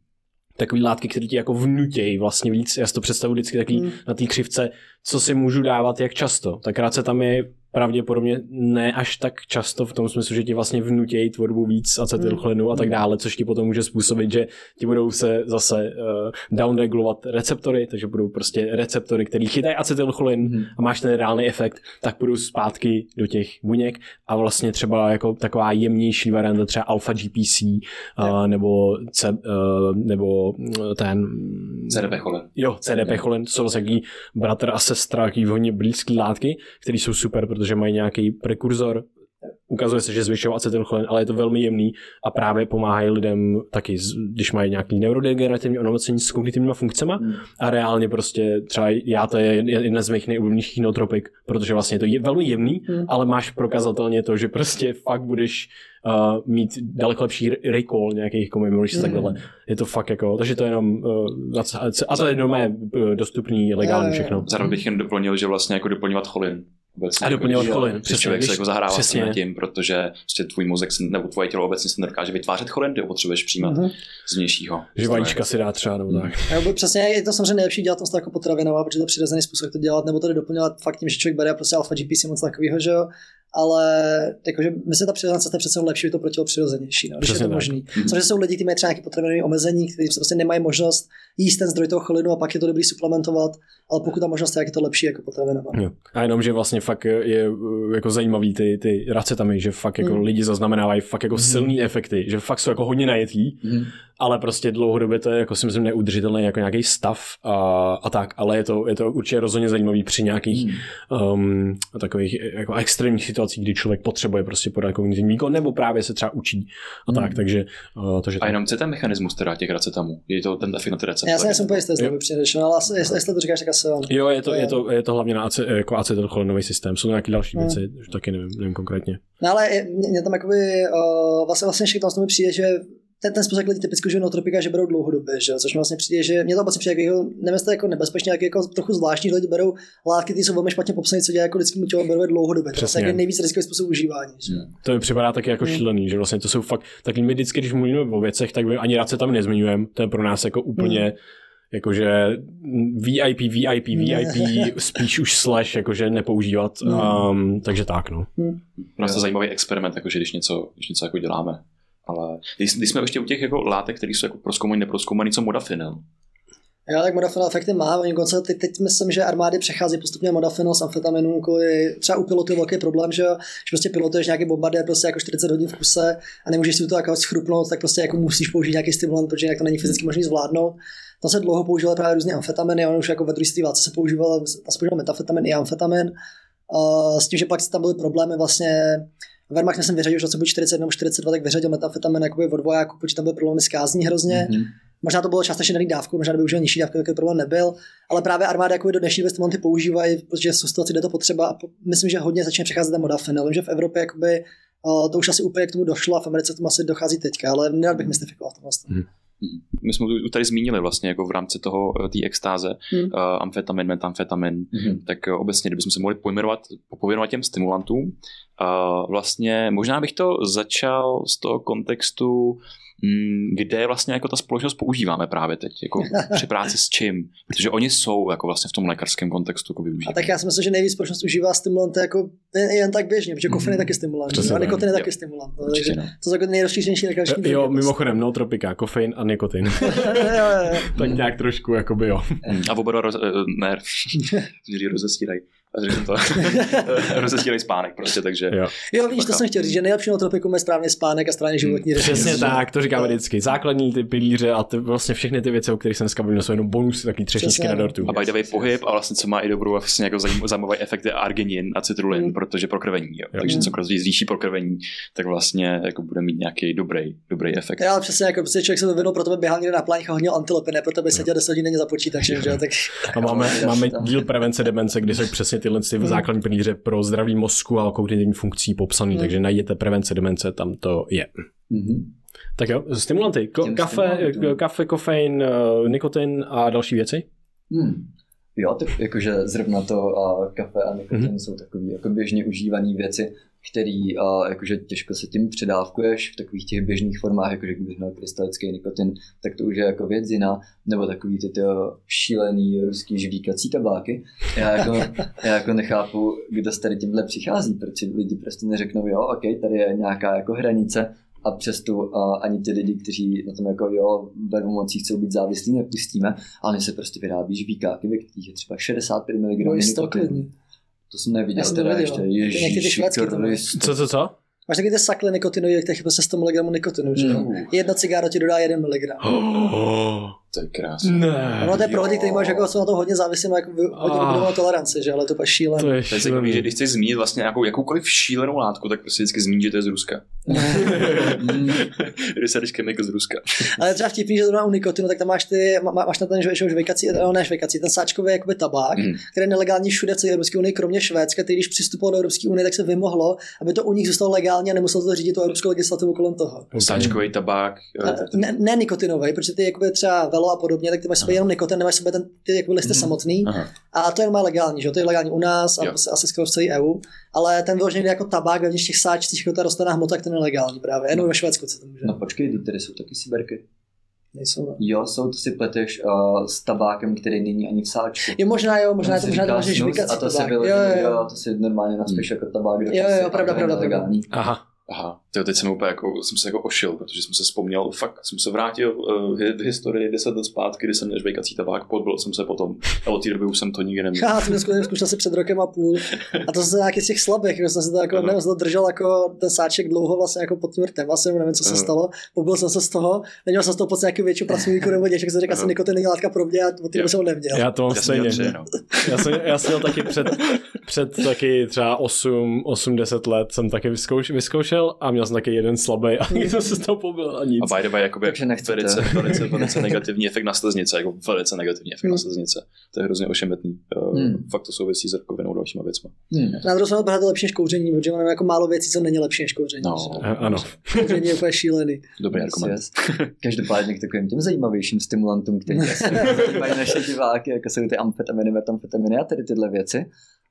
takový látky, které ti jako vnutějí vlastně víc, já si to představuji vždycky takový mm. na té křivce, co si můžu dávat, jak často. Tak racetamy pravděpodobně ne až tak často v tom smyslu, že ti vlastně vnutějí tvorbu víc acetylcholinu mm. a tak dále, což ti potom může způsobit, že ti budou se zase uh, downregulovat receptory, takže budou prostě receptory, které chytají acetylcholin mm. a máš ten reálný efekt, tak budou zpátky do těch buněk a vlastně třeba jako taková jemnější varianta, třeba alfa G P C uh, nebo, C, uh, nebo ten C D P cholin. Jo, C D P cholin, to jsou vlastně jaký bratr a sestra, jaký hodně blízký látky, které jsou super, protože mají nějaký prekurzor, ukazuje se, že zvyšují acetylcholin, ale je to velmi jemný a právě pomáhají lidem taky, když mají nějaký neurodegenerativní onemocnění s kognitivníma funkcemi hmm. a reálně prostě třeba já to je jedna z mých nejoblíbenějších nootropik, protože vlastně to je velmi jemný, hmm. ale máš prokazatelně to, že prostě fakt budeš uh, mít daleko lepší recall nějakých jako memories hmm. takhle. Je to fakt jako, takže to je jenom uh, a to je normálně dostupný, legální všechno. Zároveň bych jen doplnil, že vlastně jako doplňovat cholin. A doplňovat cholin. Přesně, člověk se jako zahrává s tím, protože prostě tvůj mozek nebo tvoje tělo obecně se nedokáže vytvářet cholin, ty ho potřebuješ přijímat mm-hmm. z vnějšího. Že vajíčka si dá třeba nebo tak. Mm. Přesně, je to samozřejmě nejlepší dělat to jako potravinová, protože to přirozený způsob to dělat, nebo to doplňovat fakt tím, že člověk bere prostě alfa G P C moc takového, že jo. Ale jakože myslím, že ta přirozená cesta je přece lepší, je to pro tělo přirozenější, no, když je to tak. možný. Mm-hmm. Samozřejmě jsou lidi, kteří mají třeba nějaké potravinové omezení, kteří prostě nemají možnost jíst ten zdroj toho cholinu a pak je to dobrý suplementovat, ale pokud ta možnost je, jak je to lepší jako potravina. No. A jenom, že vlastně fakt je jako zajímavý ty, ty racetamy, že fakt jako mm. lidi zaznamenávají fakt jako mm. silný efekty, že fakt jsou jako hodně najetí. Mm. ale prostě dlouhodobě to je, jako si myslím, neudržitelný jako nějaký stav a, a tak, ale je to, je to určitě rozhodně zajímavý při nějakých hmm. um, takových jako extrémních situacích, kdy člověk potřebuje prostě podat kognitivní výkon, nebo právě se třeba učí a tak, hmm. takže uh, to, že a jenom co je ten mechanismus teda těch racetamů? Je to ten efekt na ty receptory? Já jsem, já jsem úplně jistý, že přinešel, ale asi, jestli, jestli to říkáš, tak asi on. Jo, je to, je to, je to hlavně na ace, jako acetylcholinový systém, jsou nějaké další hmm. věci, už taky nevím, nevím konkrétně. No ale mě, mě tam jakoby, uh, vlastně, vlastně všechno z toho mi přijde, že ten, ten způsob lidí typicky užívají nootropika, že berou dlouhodobě, že? Což mi vlastně přijde, že mě to vlastně přijde jako, nevím, jestli jako nebezpečně, jak jako trochu zvláštní, lidi berou látky, které jsou velmi špatně popsané, co dělá jako lidskému tělu, berou dlouhodobě. To je nejvíc rizikový způsob užívání. Že? To mi připadá taky jako hmm. šílený, že vlastně to jsou fakt, tak my vždycky, když mluvíme o věcech, tak ani rád se tam nezmiňujeme, to je pro nás jako úplně hmm. jakože V I P, V I P, V I P, spíš už slash, jakože nepoužívat, hmm. um, takže tak, no. Hmm. Prostě zajímavý experiment, jakože když něco, když něco jako děláme. Ale když, když jsme ještě u těch jako látek, které jsou jako prozkoumaný, neprozkoumaný, co modafinil? Já tak modafinil efekty má, oni konce, teď, teď myslím, že armády přechází postupně modafinil s amfetaminů, kvůli třeba u pilotů je velký problém, že, že prostě pilotuješ nějaký bombardér prostě jako čtyřicet hodin v kuse a nemůžeš si to jako schrupnout, tak prostě jako musíš použít nějaký stimulant, protože jinak to není fyzicky možný zvládnout. Tam se dlouho používaly právě různé amfetaminy, on už jako ve druhé světové válce se používal, tam se používal metafetamin i amfetamin, uh, s tím, že pak tam byly problémy vlastně. Wehrmacht myslím vyřadil už v roce čtyřicet jedna čtyřicet dva, tak vyřadil metafetamin jakoby od vojáků, protože tam byly problémy s kázní hrozně. Mm-hmm. Možná to bylo částečně daný dávku, možná by užil nižší dávku, takový problém nebyl, ale právě armády jakoby do dnešní stimulanty používají, protože jsou situace, kde je to potřeba a myslím, že hodně začne přecházet ten modafinil. Vím, že v Evropě jakoby, to už asi úplně k tomu došlo a v Americe tomu asi dochází teďka, ale nerad bych mystifikoval to vlastně. Mm-hmm. My jsme to tady zmínili vlastně jako v rámci toho té extáze, hmm. uh, amfetamin, metamfetamin, hmm. tak uh, obecně, kdybychom se mohli pojmenovat, pověnovat těm stimulantům, uh, vlastně možná bych to začal z toho kontextu, kde vlastně jako ta společnost používáme právě teď, jako při práci s čím, protože oni jsou jako vlastně v tom lékařském kontextu jako využívají. A tak já si myslím, že nejvíc společnost užívá stimulanty jako jen tak běžně, protože kofein je taky stimulant, a nikotin je taky stimulant. Takže to jsou jako nejrozšířenější lékařské. Jo, mimochodem, nootropika, kofein a nikotin. Tak nějak trošku, jakoby jo. A oba dva roz, ne, rozestírají. A řekl jsem to, rozestírají spánek prostě, takže... Jo, jo víš, to jsem chtěl říct, že nejlepší nootropikum je správně spánek a správně životní režim. Přesně tak, to říkáme vždycky. Základní ty pilíře a ty, vlastně všechny ty věci, o kterých jsem dneska bavil, jsou jenom bonusy, takový třešničky na dortu. A bajdavý pohyb a vlastně co má i dobrou a vlastně jako zajímavý efekt je arginin a citrulin, mm. protože prokrvení, jo. jo. Takže cokoliv zvýší prokrvení, tak vlastně jako bude mít nějaký dobrý, dobrý efekt. Já, ale přesně jako prostě člověk se vyvinul pro tebe běhal někde na pláních a hodně antilopy, ne proto by seděl deset hodin denně za počítačem, že tak. A máme máme díl prevence demence, kde jsou přesně tyhle ty mm. základní pilíře pro zdraví mozku a kognitivní funkcí popsaný, mm. takže najděte prevence demence, tam to je. Mm-hmm. Tak jo, stimulanty, Ko- kafe, kafe, kofein, uh, nikotin a další věci? Hmm. Jo, tak jakože zrovna to a kafe a nikotin mm-hmm. jsou takový jako běžně užívané věci, který a jakože těžko se tím předávkuješ v takových těch běžných formách, jakože kdybych měl krystalický nikotin, tak to už je jako věc jiná, nebo takový ty šílený ruský žvíkací tabáky. Já jako, já jako nechápu, kdo se tady tímhle přichází, protože lidi prostě neřeknou, jo, ok, tady je nějaká jako hranice, a přesto uh, ani ty lidi, kteří na tom jako jo, ve mocí chcou být závislí, nepustíme, ale se prostě vyrábí žvíkáky, ve kterých je třeba šedesát pět miligramů nikotinu. To jsem neviděl, jsem teda ještě. Ježíši Krist. Co, co, co? Máš taky ty sakly nikotinoidy, těch je prostě sto miligramů nikotinu, že jo? Jedna cigára ti dodá jeden miligram. Oh, to je krásné. Ne. No to je pro lidi, kteří máš jako, jsou na to hodně závislí, jako hodně obdobnou toleranci, že? Ale to je šílené. To je šílené. Že když chceš zmínit vlastně nějakou, jakoukoliv šílenou látku, tak prostě vždycky zmínit, že to je z Ruska. Research chemical z Ruska. Ale třeba vtipný, že zrovna u nikotinu, tak tam máš ty, má, máš na ten žvejkací, no ne žvejkací, ten sáčkový jakoby tabák, mm. který je nelegální všude v celé Evropské unii, kromě Švédska, který když přistupoval do Evropské unie, tak se vymohlo, aby to u nich zůstalo legálně a nemuselo to řídit tu evropskou legislativu kolem toho. Sáčkový tabák. Ne, ne nikotinový, protože ty jakoby třeba velo a podobně, tak ty máš sobě jenom nikotin, nemáš sobě ten, ty jakoby listy mm. samotný. Aha. A to je normálně legální, že to je legální u nás a asi skoro v celé E U, ale ten vyložený jako tabák ve těch sáčcích, jako ta rostlinná hmota, tak ten je nelegální právě. Jenom ve Švédsku se to může. No počkej, tady jsou taky siberky. Nejsou, ne? Jo, jsou to si pleteš uh, s tabákem, který není ani v sáčku. Jo, možná jo, možná to možná to máš žvíkací tabák. A to se vyloží, jo, jo, jo, to si normálně naspíš hmm. jako tabák. Jo, jo, pravda, pravda, pravda. Aha. Aha, tyjo, teď jsem úplně jako, jsem se jako ošil, protože jsem se vzpomněl, fakt jsem se vrátil uh, v historii deset let zpátky, kdy jsem měl žvejkací tabák, podbil jsem se potom, ale od té doby už jsem to nikdy neměl. Já jsem to zkušel si před rokem a půl a to jsem nějaký z těch slabých, že jsem se to jako nevím, to držel jako ten sáček dlouho vlastně jako pod tím rtem, vlastně nevím, co se stalo, pobil jsem se z toho, neměl jsem z toho pocit nějaký větší pracovní výkon nebo něček, jsem řekl, asi nikotin není látka pro mě a od té doby jsem ho neměl. Já to mám Já stejně. Tři, no. já, jsem, já jsem měl taky před, před taky třeba osm deset let jsem taky vyzkouš, vyzkoušel a měl jsem taky jeden slabý a nikdy jsem se z toho pobil a nic. A by the way, jakoby velice, velice, velice negativní efekt na sleznice, jako velice negativní efekt hmm. na sleznice. To je hrozně ošemetný. Hmm. Fakt to souvisí s rakovinou dalšíma věcma. Hmm. Na druhou stranu to lepší než kouření, protože máme jako málo věcí, co není lepší než kouření. No. Ano. Kouření je úplně šílený. Dobrý argument. Yes. Každopádně k takovým těm zajímavějším stimulantům, který zajímají naše diváky, jako jsou ty amfetaminy, metamfetaminy a tady tyhle věci.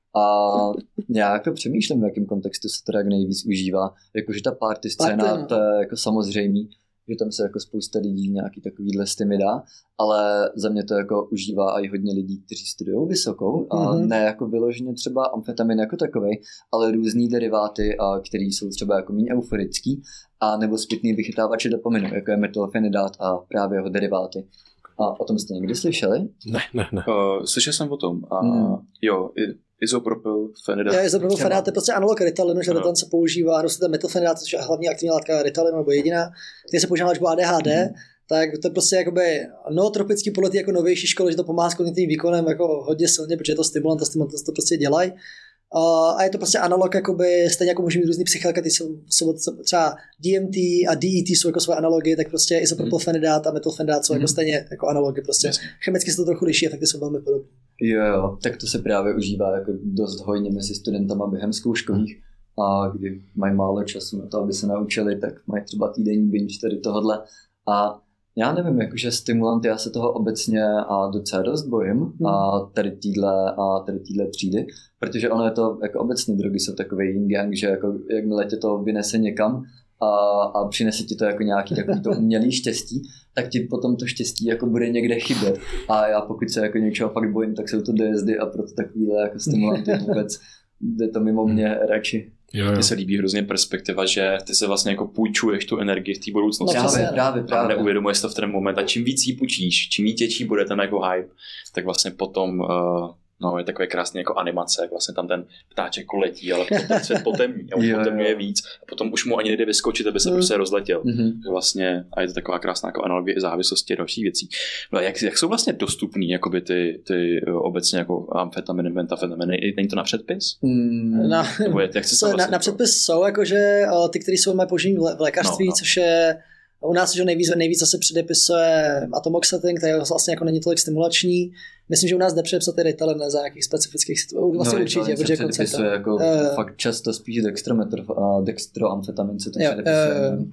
A nějak to přemýšlím, v jakém kontextu se to tak nejvíc užívá. Jakože ta party scéna, Party, no. To je jako samozřejmý, že tam se jako spousta lidí nějaký takovýhle stymy dá, ale za mě to jako užívá i hodně lidí, kteří studují vysokou a mm-hmm. ne jako vyloženě třeba amfetamin jako takovej, ale různý deriváty, a který jsou třeba jako méně euforický a nebo zpětný vychytávače dopaminu, jako je metylfenidát a právě jeho deriváty. A o tom jste někdy slyšeli? Ne, ne, ne. Uh, slyšel jsem o tom a hmm. jo, izopropyl fenidát. Já izopropyl fenidát je prostě analog Ritalinu, že Ritalin se používá, prostě ten metylfenidát, což je hlavní aktivní látka Ritalinu nebo jediná, který se používá na léčbu A D H D, hmm. tak to je prostě jakoby nootropický podle té jako novější školy, že to pomáhá s kognitivním výkonem jako hodně silně, protože je to stimulant a stimulant to prostě dělají. Uh, a je to prostě analog, jakoby, stejně jako může mít různý psychelika, ty jsou, jsou třeba D M T a D E T jsou jako svoje analogy, tak prostě izopropylfenidát a metylfenidát jsou mm. jako stejně jako analogy, prostě yes. Chemicky se to trochu liší, efekty jsou velmi podobné. Jo, jo, tak to se právě užívá jako dost hojně mezi studentama během zkouškových a kdy mají málo času na to, aby se naučili, tak mají třeba týdenní binge tady tohodle a já nevím, jakože stimulanty, já se toho obecně a docela dost bojím hmm. a tady týhle a tady týhle třídy, protože ono je to, jako obecně drogy jsou takový yin yang, že jako jakmile tě to vynese někam a, a přinese ti to jako nějaký takový to umělý štěstí, tak ti potom to štěstí jako bude někde chybět. A já pokud se jako něčeho fakt bojím, tak jsou to dojezdy a proto takovýhle jako stimulanty vůbec jde to mimo mě radši. Mně se líbí hrozně perspektiva, že ty se vlastně jako půjčuješ tu energii v té budoucnosti. No, právě, právě, právě. A neuvědomuješ to v ten moment a čím víc jí půjčíš, čím víc větší bude ten jako hype, tak vlastně potom uh, no, je takové krásné jako animace, jak vlastně tam ten ptáček letí, ale potom ten svět potemní a on potemňuje víc a potom už mu ani nejde vyskočit, aby se mm. prostě rozletěl. Mm-hmm. Vlastně, a je to taková krásná jako analogie závislosti a dalších věcí. No, jak, jak jsou vlastně dostupný jakoby ty, ty obecně jako amfetaminy, metafetaminy? Není to na předpis? Mm. Na, je, jak se na, vlastně na předpis jsou jakože ty, které jsou mají použití v lékařství, no, no. což je u nás, že nejvíc, nejvíc zase předepisuje atomoxetin, který vlastně jako není tolik stimulační. Myslím, že u nás jde předepsat i Ritalin za nějakých specifických situací. Vlastně no, určitě, protože se předepisuje jako uh, fakt často spíš dextrometr a dextroamfetamin se to předepisuje. Uh,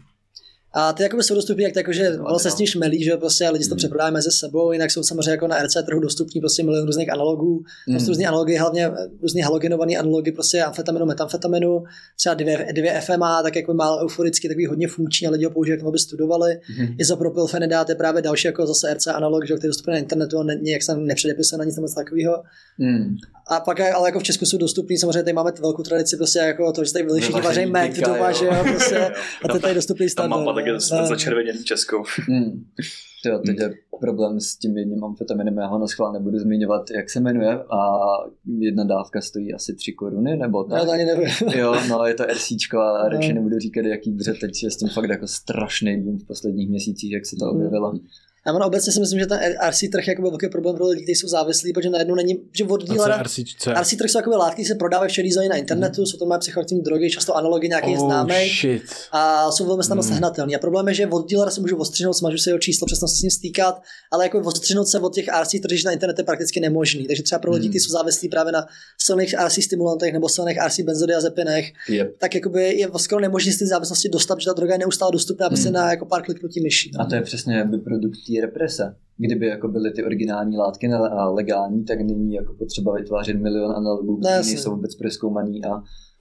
A ty jakoby jsou dostupný, jak to jako, že vlastně s tím šmelí, že prostě lidi si to mm. přeprodávají mezi sebou, jinak jsou samozřejmě jako na R C trhu dostupní prostě milion různých analogů, mm. prostě různý analogy, hlavně různý halogenovaný analogy prostě amfetaminu, metamfetaminu, třeba dvě F M A, tak jako málo euforicky, takový hodně funkční a lidi ho používají, aby studovali. Mm. Izopropylfenidát je právě další jako zase R C analog, že, který je dostupný na internetu a nějak se nepředepisuje na nic moc takového. Mm. A pak ale jako v Česku jsou dostupný, samozřejmě tady máme velkou tradici prostě jako to, že tady vyliší vařej Mac doma, že jo, prostě a to tady dostupný standard. Tak je začerveněný Českou. Hmm. Jo, teď je problém s tím jedním amfetaminem, já ho na schvál nebudu zmiňovat, jak se jmenuje, a jedna dávka stojí asi tři koruny, nebo tak. Já to ani nevím. Jo, no je to RCčko a radši nebudu říkat, jaký bře, teď je s tím fakt jako strašný boom v posledních měsících, jak se to objevilo. Já mám obecně si myslím, že ten R C trh je jako velký problém pro lidi, kteří jsou závislí, protože najednou není, že od dílera R C trh jsou takové látky, které se prodávají všude na internetu, mm. jsou to mají psychoaktivní drogy, často analogy nějakých oh, známých shit. a jsou velmi snadno mm. sehnatelné. A problém je, že od dílera se můžu odstřihnout, smažu se jeho číslo, přesně se s ním stýkat, ale jako odstřihnout se od těch R C tržišť na internetu je prakticky nemožný. Takže třeba pro lidi, kteří jsou závislí právě na silných R C stimulantech nebo silných R C benzodiazepinech, yep. tak jakoby je skoro nemožné z té závislosti dostat, že ta droga je neustále dostupná prostě mm. na jako pár kliknutí myší. A to je přesně produkt té represe. Kdyby jako byly ty originální látky legální, tak není jako potřeba vytvářet milion analogů, které nejsou vůbec prozkoumaný a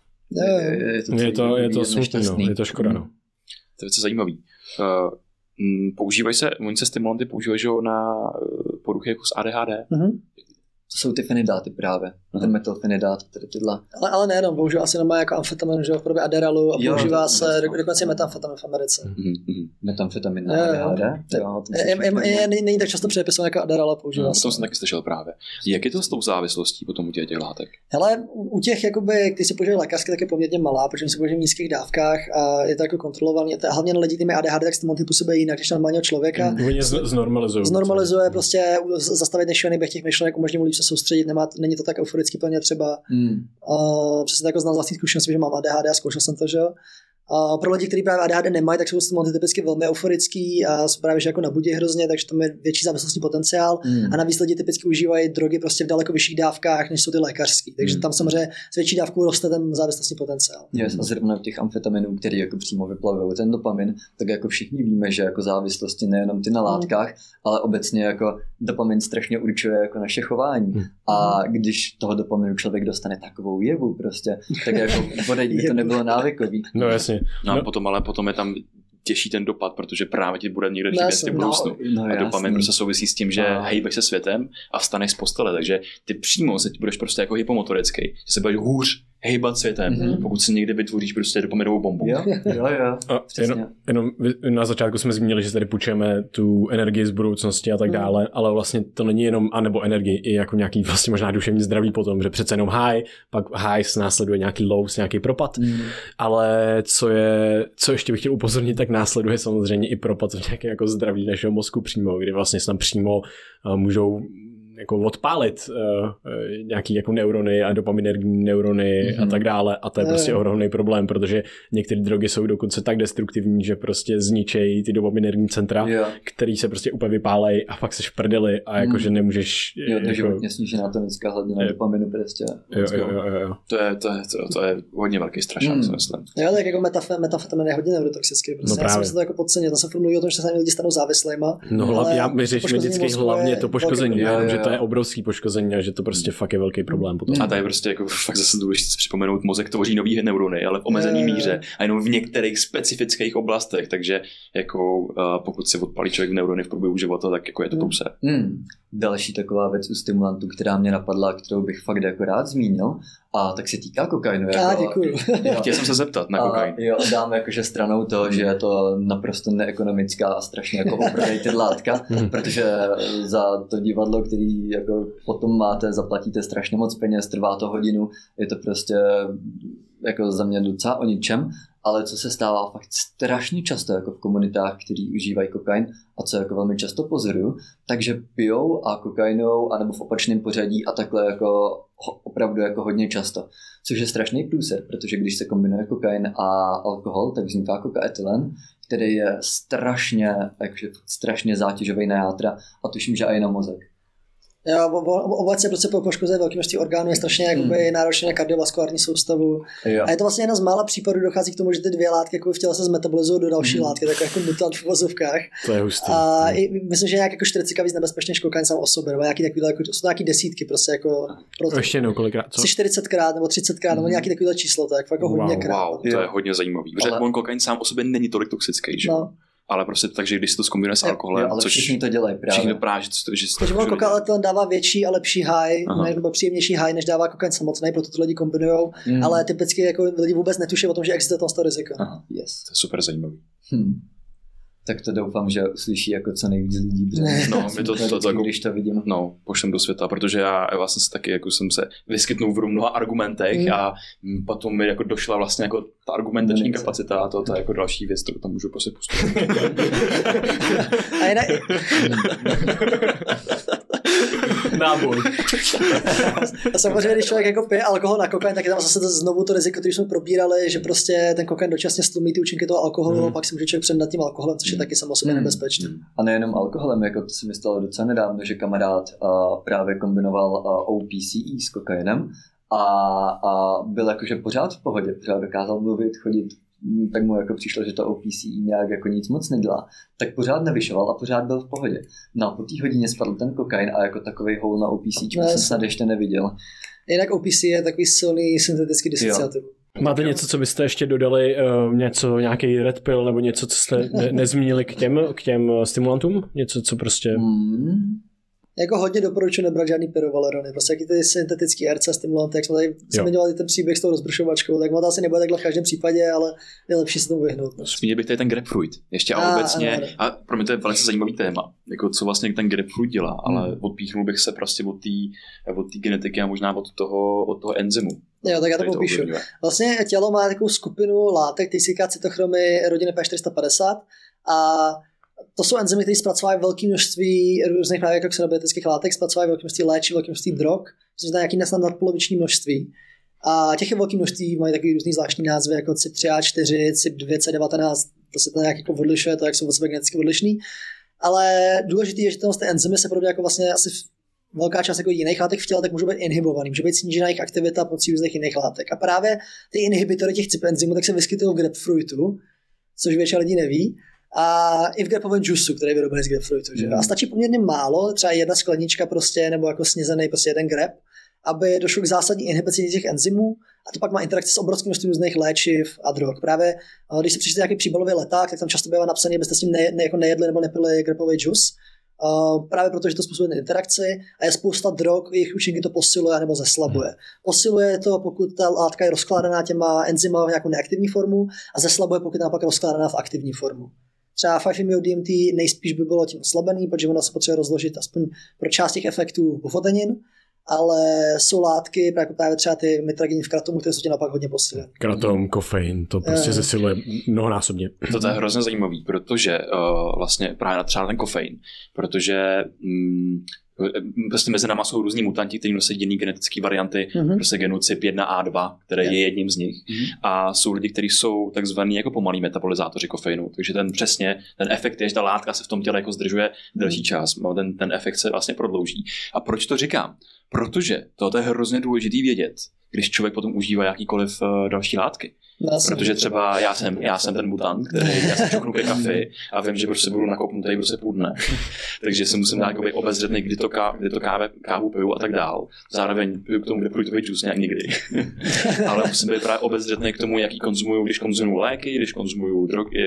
je, je to, je to, je to smutný, no. Je to škoda. No. To je velice zajímavý. Uh, používají se, oni se stimulanty používají na poruchy jako s A D H D? Mm-hmm. To jsou ty fenidáty právě. ten metilfenidát, tedy tyhle. Ale, ale nejenom, používá asi jenom jako amfetamin, že v podobě Aderalu a používá jo, se do, dokonce metamfetamin v Americe. Mm-hmm. Metamfetamin na A D H D? Není tak často předepisovaný jako Adderall a používá no, se. To jsem taky slyšel právě. Jak je to s tou závislostí potom u těch, těch látek? Hele, u těch, jakoby, když si používají lékařsky, tak je poměrně malá, protože si používají v nízkých dávkách a je to jako kontrolovaný. A hlavně na lidi, kteří mají A D H D, tak stimulanty působí jinak než normálního člověka. Mm, znormalizuje. Znormalizuje prostě zastavit nešílený běh těch myšlenek, umožní mu líp se soustředit, nemá, není to tak euforicky plně třeba. Mm. Uh, přesně jako znám z vlastní zkušenosti, že mám A D H D a zkoušel jsem to, že jo. A pro lidi, kteří právě A D H D nemají, tak jsou stimulanty typicky velmi euforický a jsou právě že jako nabudí hrozně, takže tam je větší závislostní potenciál. Mm. A navíc lidi typicky užívají drogy prostě v daleko vyšších dávkách, než jsou ty lékařský. Takže mm. tam samozřejmě s větší dávkou roste ten závislostní potenciál. Yes, a zrovna těch amfetaminů, který jako přímo vyplavují ten dopamin, tak jako všichni víme, že jako závislosti nejenom ty na látkách, mm. ale obecně jako dopamin strašně určuje jako naše chování. Mm. A když toho dopaminu člověk dostane takovou jevu prostě, tak jako bodej by to nebylo návykový. No jasně. No a potom, ale potom je tam těžší ten dopad, protože právě ti bude někde chybět v budoucnu. No, no, a dopamin prostě souvisí s tím, že no. hejbeš se světem a vstaneš z postele, takže ty přímo se ti budeš prostě jako hypomotorický, že se budeš hůř hejbat světem, mm-hmm. pokud si někdy vytvoříš prostě dopaminovou bombu. Jo, jo, jo. A jenom, jenom na začátku jsme zmínili, že tady půjčujeme tu energii z budoucnosti a tak dále, mm. ale vlastně to není jenom, anebo energii, i jako nějaký vlastně možná duševní zdraví potom, že přece jenom high, pak high následuje nějaký lows, nějaký propad, mm. ale co je, co ještě bych chtěl upozornit, tak následuje samozřejmě i propad v nějaké jako zdraví našeho mozku přímo, kdy vlastně se tam přímo uh, můžou jako odpálit uh, nějaký jako neurony a dopaminergní neurony mm-hmm. a tak dále a to je prostě ohromný problém, protože některé drogy jsou dokonce tak destruktivní, že prostě zničejí ty dopaminergní centra, yeah. který se prostě úplně vypálej a fakt seš v prdeli a jakože mm. nemůžeš... Jo, to je životně snížená tonická hladina je. dopaminu prostě. Jo, jo, jo, jo. To je, to je, to, to je hodně velký strašák, mm. myslím. Jo, tak jako metaf- metafetamin je hodně neurotoxický. Prostě. No já jsem to jako podcenil, tam se furt mluví o tom, že se lidi stanou závislejma. No hlavně, já my řešíme vždycky hlavně to poškození, že to je obrovský poškození a že to prostě fakt je velký problém potom. A tady prostě jako fakt zase důležité si připomenout, mozek tvoří nový neurony, ale v omezený míře a jenom v některých specifických oblastech, takže jako uh, pokud si odpálí člověk neurony v průběhu života, tak jako je to průser. Hmm. Další taková věc u stimulantů, která mě napadla, kterou bych fakt jako rád zmínil, a tak se týká kokainu. Jako, a děkuju. Chtěl jsem se zeptat na kokain. A jo, dám jakože stranou to, že je to naprosto neekonomická a strašně jako overrated látka, protože za to divadlo, který jako potom máte, zaplatíte strašně moc peněz, trvá to hodinu, je to prostě jako za mě docela o ničem, ale co se stává fakt strašně často jako v komunitách, kteří užívají kokain a co jako velmi často pozoruju, takže pijou a kokainou anebo v opačném pořadí a takhle jako opravdu jako hodně často. Což je strašný průser, protože když se kombinuje kokain a alkohol, tak vzniká kokaetylen, který je strašně, jakože strašně zátěžový na játra a tuším, že i na mozek. Jo, obecně prostě poškozuje velké množství orgánů, je strašně hmm. náročné na kardiovaskulární soustavu. Jo. A je to vlastně jedna z mála případů, dochází k tomu, že ty dvě látky jako v těle se zmetabolizují do další hmm. látky, tak jako mutant v vozovkách. To je hustý. A hmm. i, myslím, že je nějak jako čtyřicet víc nebezpečný než kokain sám o sobě, nebo nějaký takovýhle, jako, jsou to nějaký desítky prostě jako. Proto, ještě jednou kolikrát, co? čtyřicetkrát nebo třicetkrát, hmm. nebo nějaký takovýhle číslo, tak jako wow, hodně krát. Wow, to je hodně zajímavý. Protože ale... on kokain sám o sobě není tolik toxický, že? No. Ale prostě takže když se to zkombinuje s alkoholem, jo, ale což všichni to dělají právě. Všichni to právě, že to, že Takže on kokain dává větší a lepší high, nebo příjemnější high, než dává kokain samotný, proto to lidi kombinujou, mm. ale typicky jako lidi vůbec netuší o tom, že existuje to riziko. Aha, yes. To je super zajímavý. Hmm. Tak to doufám, že uslyší jako co nejvíc lidí. No, my to, to, to, to jako, když to vidím. No, pošlem do světa, protože já vlastně se taky jako jsem se vyskytnul v mnoha argumentech mm. a potom mi jako došla vlastně jako ta argumentační Nechce. kapacita a to, to je jako další věc, kterou tam můžu prostě pustit. A jinak... Náboj. A samozřejmě, když člověk jako pije alkohol na kokain, tak je tam zase to, znovu to riziko, které jsme probírali, že prostě ten kokain dočasně stlumí ty účinky toho alkoholu, hmm. a pak si může člověk předat tím alkoholem, což je taky samo sobě hmm. nebezpečné. A nejenom alkoholem, jako to se mi stalo docela nedávno, že kamarád uh, právě kombinoval uh, O P C E s kokainem a, a byl jakože pořád v pohodě, pořád dokázal mluvit, chodit, tak mu jako přišlo, že to O P C E nějak jako nic moc nedělá, tak pořád nevyšoval a pořád byl v pohodě. No a po té hodině spadl ten kokain a jako takovej hole na O P C no, jsem snad ještě neviděl. Jinak O P C je takový silný syntetický disociativ. Máte něco, co byste ještě dodali, uh, něco, nějaký red pill nebo něco, co jste ne- nezmínili k těm, k těm stimulantům? Něco, co prostě... Hmm. Jako hodně doporučuji nebrat žádný pyrovalerony, prostě jaký ty syntetický R C stimulanty, jak jsme tady zmiňovali ten příběh s tou rozbrušovačkou, tak to asi nebude takhle v každém případě, ale je lepší se tomu vyhnout. No. Zmínil bych tady ten grapefruit, ještě a, a obecně, ano, ano. A pro mě to je velice zajímavý téma, jako co vlastně ten grapefruit dělá, hmm. ale odpíchnul bych se prostě od té od té genetiky a možná od toho, od toho enzymu. Jo, tak já to popíšu. Vlastně tělo má takovou skupinu látek, který se říká cytochromy rodiny P čtyři sta padesát a to jsou enzymy, které zpracovají velké množství různých právě jako xenobiotických látek, zpracovají velké množství léčiv, velké množství drog, což znamená nějaký snad nadpoloviční množství. A těch je velké množství, mají takový různý zvláštní názvy jako C Y P tři A čtyři, C Y P dva C devatenáct, prostě to nějak jako odlišuje, to jak jsou od sebe geneticky odlišný. Ale důležité je, že ty enzymy se podobně jako vlastně asi velká část jako jiných látek v těle, tak můžou být inhibovaný, může být snížená jejich aktivita pomocí různých jiných látek. A právě ty inhibitory těch C Y P enzymů tak se vyskytují v grapefruitu, což většina lidí neví. A i v grapovém džusu, který je vyrobený z grapefruitu. Že? A stačí poměrně málo, třeba jedna sklenička prostě, nebo jako snězený prostě jeden grap, aby došlo k zásadní inhibici těch enzymů a to pak má interakci s obrovským množstvím různých léčiv a drog. Právě když si přečtete nějaký příbalový leták, tak tam často bývá napsaný, abyste s tím ne, ne, jako nejedli nebo nepili grapový džus. Uh, právě protože to způsobuje interakci a je spousta drog, jejich účinky to posiluje nebo zeslabuje. Posiluje to, pokud ta látka je rozkládaná těma enzymama v nějakou neaktivní formu a zeslabuje, pokud je naopak rozkládaná v aktivní formu. Třeba five M E O D M T nejspíš by bylo tím oslabený, protože ono se potřebuje rozložit aspoň pro část těch efektů bufotenin, ale jsou látky, jako právě třeba ty mitraginy v kratomu, které jsou tě naopak hodně posílí. Kratom, kofein, to prostě Je. zesiluje mnohonásobně. To je hrozně zajímavý, protože uh, vlastně právě třeba ten kofein, protože mm, prostě mezi náma jsou různí mutanti, kteří nosí jiný genetické varianty, mm-hmm. prostě genu C Y P jedna A dva, který je, je jedním z nich. Mm-hmm. A jsou lidi, kteří jsou takzvaný jako pomalí metabolizátoři kofeinu. Takže ten přesně, ten efekt je, že ta látka se v tom těle jako zdržuje delší čas. Ten, ten efekt se vlastně prodlouží. A proč to říkám? Protože to je hrozně důležitý vědět, když člověk potom užívá jakýkoliv uh, další látky. Protože třeba já jsem, já jsem ten mutant, který já jsem čuknu ke kafi a vím, že prostě budu nakopnutý prostě půl dne. Takže se musím dát obezřetný, kdy to, ká, kdy to káve, kávu piju a tak dál. Zároveň piju k tomu grapefruitový džus nějak nikdy. Ale musím být právě obezřetný k tomu, jaký konzumuju, když konzumuju léky, když konzumuju drogy,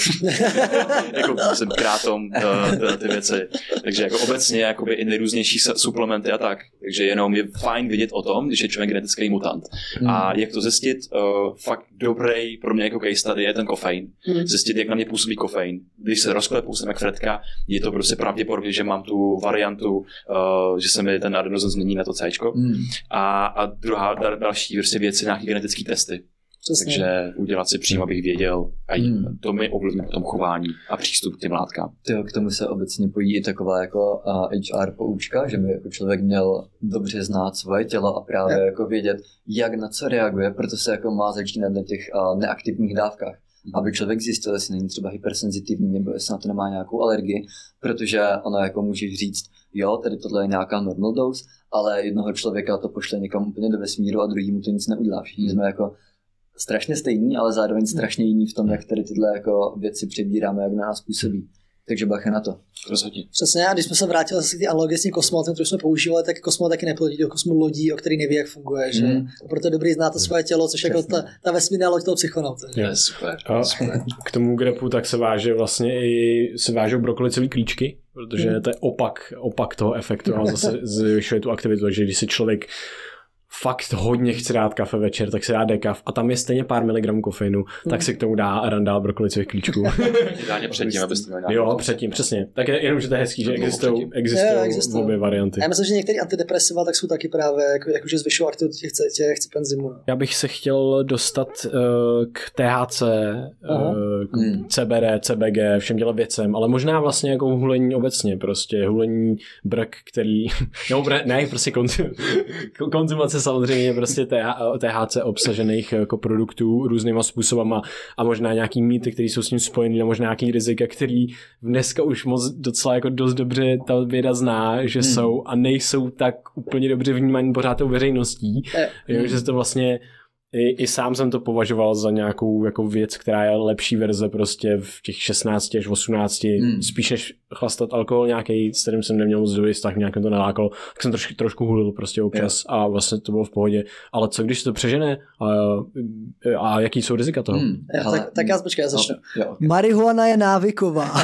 jako jsem krátom, ty, ty věci. Takže jako obecně jakoby i nejrůznější suplementy a tak. Takže jenom je fajn vidět o tom, když je člověk genetický mutant. A jak to zjistit, uh, fakt dobrý pro mě jako case study je ten kofein. Hmm. Zjistit, jak na mě působí kofein. Když se rozklepu, jsem jak Fredka, je to prostě pravděpodobně, že mám tu variantu, uh, že se mi ten adenozen změní na to Cčko. Hmm. A, a druhá da, další prostě věci, nějaké genetické testy. Přesně. Takže udělat si přímo, abych věděl, a hmm. to mi ovlivní potom chování a přístup k těm látkám. Tyjo, k tomu se obecně pojí i taková jako uh, H R poučka, že by jako člověk měl dobře znát svoje tělo a právě yeah. jako vědět, jak na co reaguje, proto se jako má začínat na těch uh, neaktivních dávkách. Hmm. Aby člověk zjistil, jestli není třeba hypersenzitivní nebo jestli na to nemá nějakou alergii, protože ono jako může říct, jo, tady tohle je nějaká normal dose, ale jednoho člověka to pošle někam úplně do vesmíru a druhýmu to nic neudělá. Všichni jsme jako strašně stejný, ale zároveň strašně jiný v tom, jak tady tyhle jako věci přebíráme, jak na nás působí. Takže bacha na to. Rozhodně. Přesně, a když jsme se vrátili zase k té analogie s tím kosmonautem, který jsme používali, tak kosmonaut taky nepilotí do kosmu lodí, o který neví, jak funguje. Že? Mm. Proto je dobrý znát to svoje tělo, což je jako ta, ta vesmírná loď toho psychonauta. Je super. A super. K tomu grapu tak se váže vlastně i se vážou brokolicový klíčky, protože mm. to je opak, opak toho efektu a zase zvyšuje tu aktivitu, takže když si člověk fakt hodně chce dát kafe večer, tak se dá dekav a tam je stejně pár miligramů kofeinu, mm. tak si k tomu dá randál brokolicových klíčků. Ideálně předtím, abyste měli nějaký. Jo, předtím, přesně. Tak je, jenom, že to je hezký, že existují existují obě varianty. Já myslím, že některé antidepresiva tak jsou taky právě, jako, jakože zvyšují aktivitu těch, těch enzymů. No. Já bych se chtěl dostat uh, k T H C, uh, k mm. C B D, C B G, všem těle věcem, ale možná vlastně jako hulení obecně, prostě hulení brk, který, no ne, prostě konzum, konzumace samozřejmě prostě T H C obsažených jako produktů různýma způsobama a možná nějaký mýty, které jsou s ním spojený a možná nějaký rizika, který dneska už moc docela jako dost dobře ta věda zná, že hmm. jsou a nejsou tak úplně dobře vnímaný pořád tou veřejností, hmm. jo, že se to vlastně I, I sám jsem to považoval za nějakou jako věc, která je lepší verze prostě v těch šestnácti až osmnácti, hmm. spíš než chlastat alkohol nějaký, s kterým jsem neměl moc dobrý vztah, nějak mě to nalákalo, tak jsem trošku, trošku hulil prostě občas yeah. a vlastně to bylo v pohodě. Ale co když se to přežene a, a jaký jsou rizika toho? Hmm. Ja, tak, tak já počkej, já začnu. No, okay. Marihuana je návyková.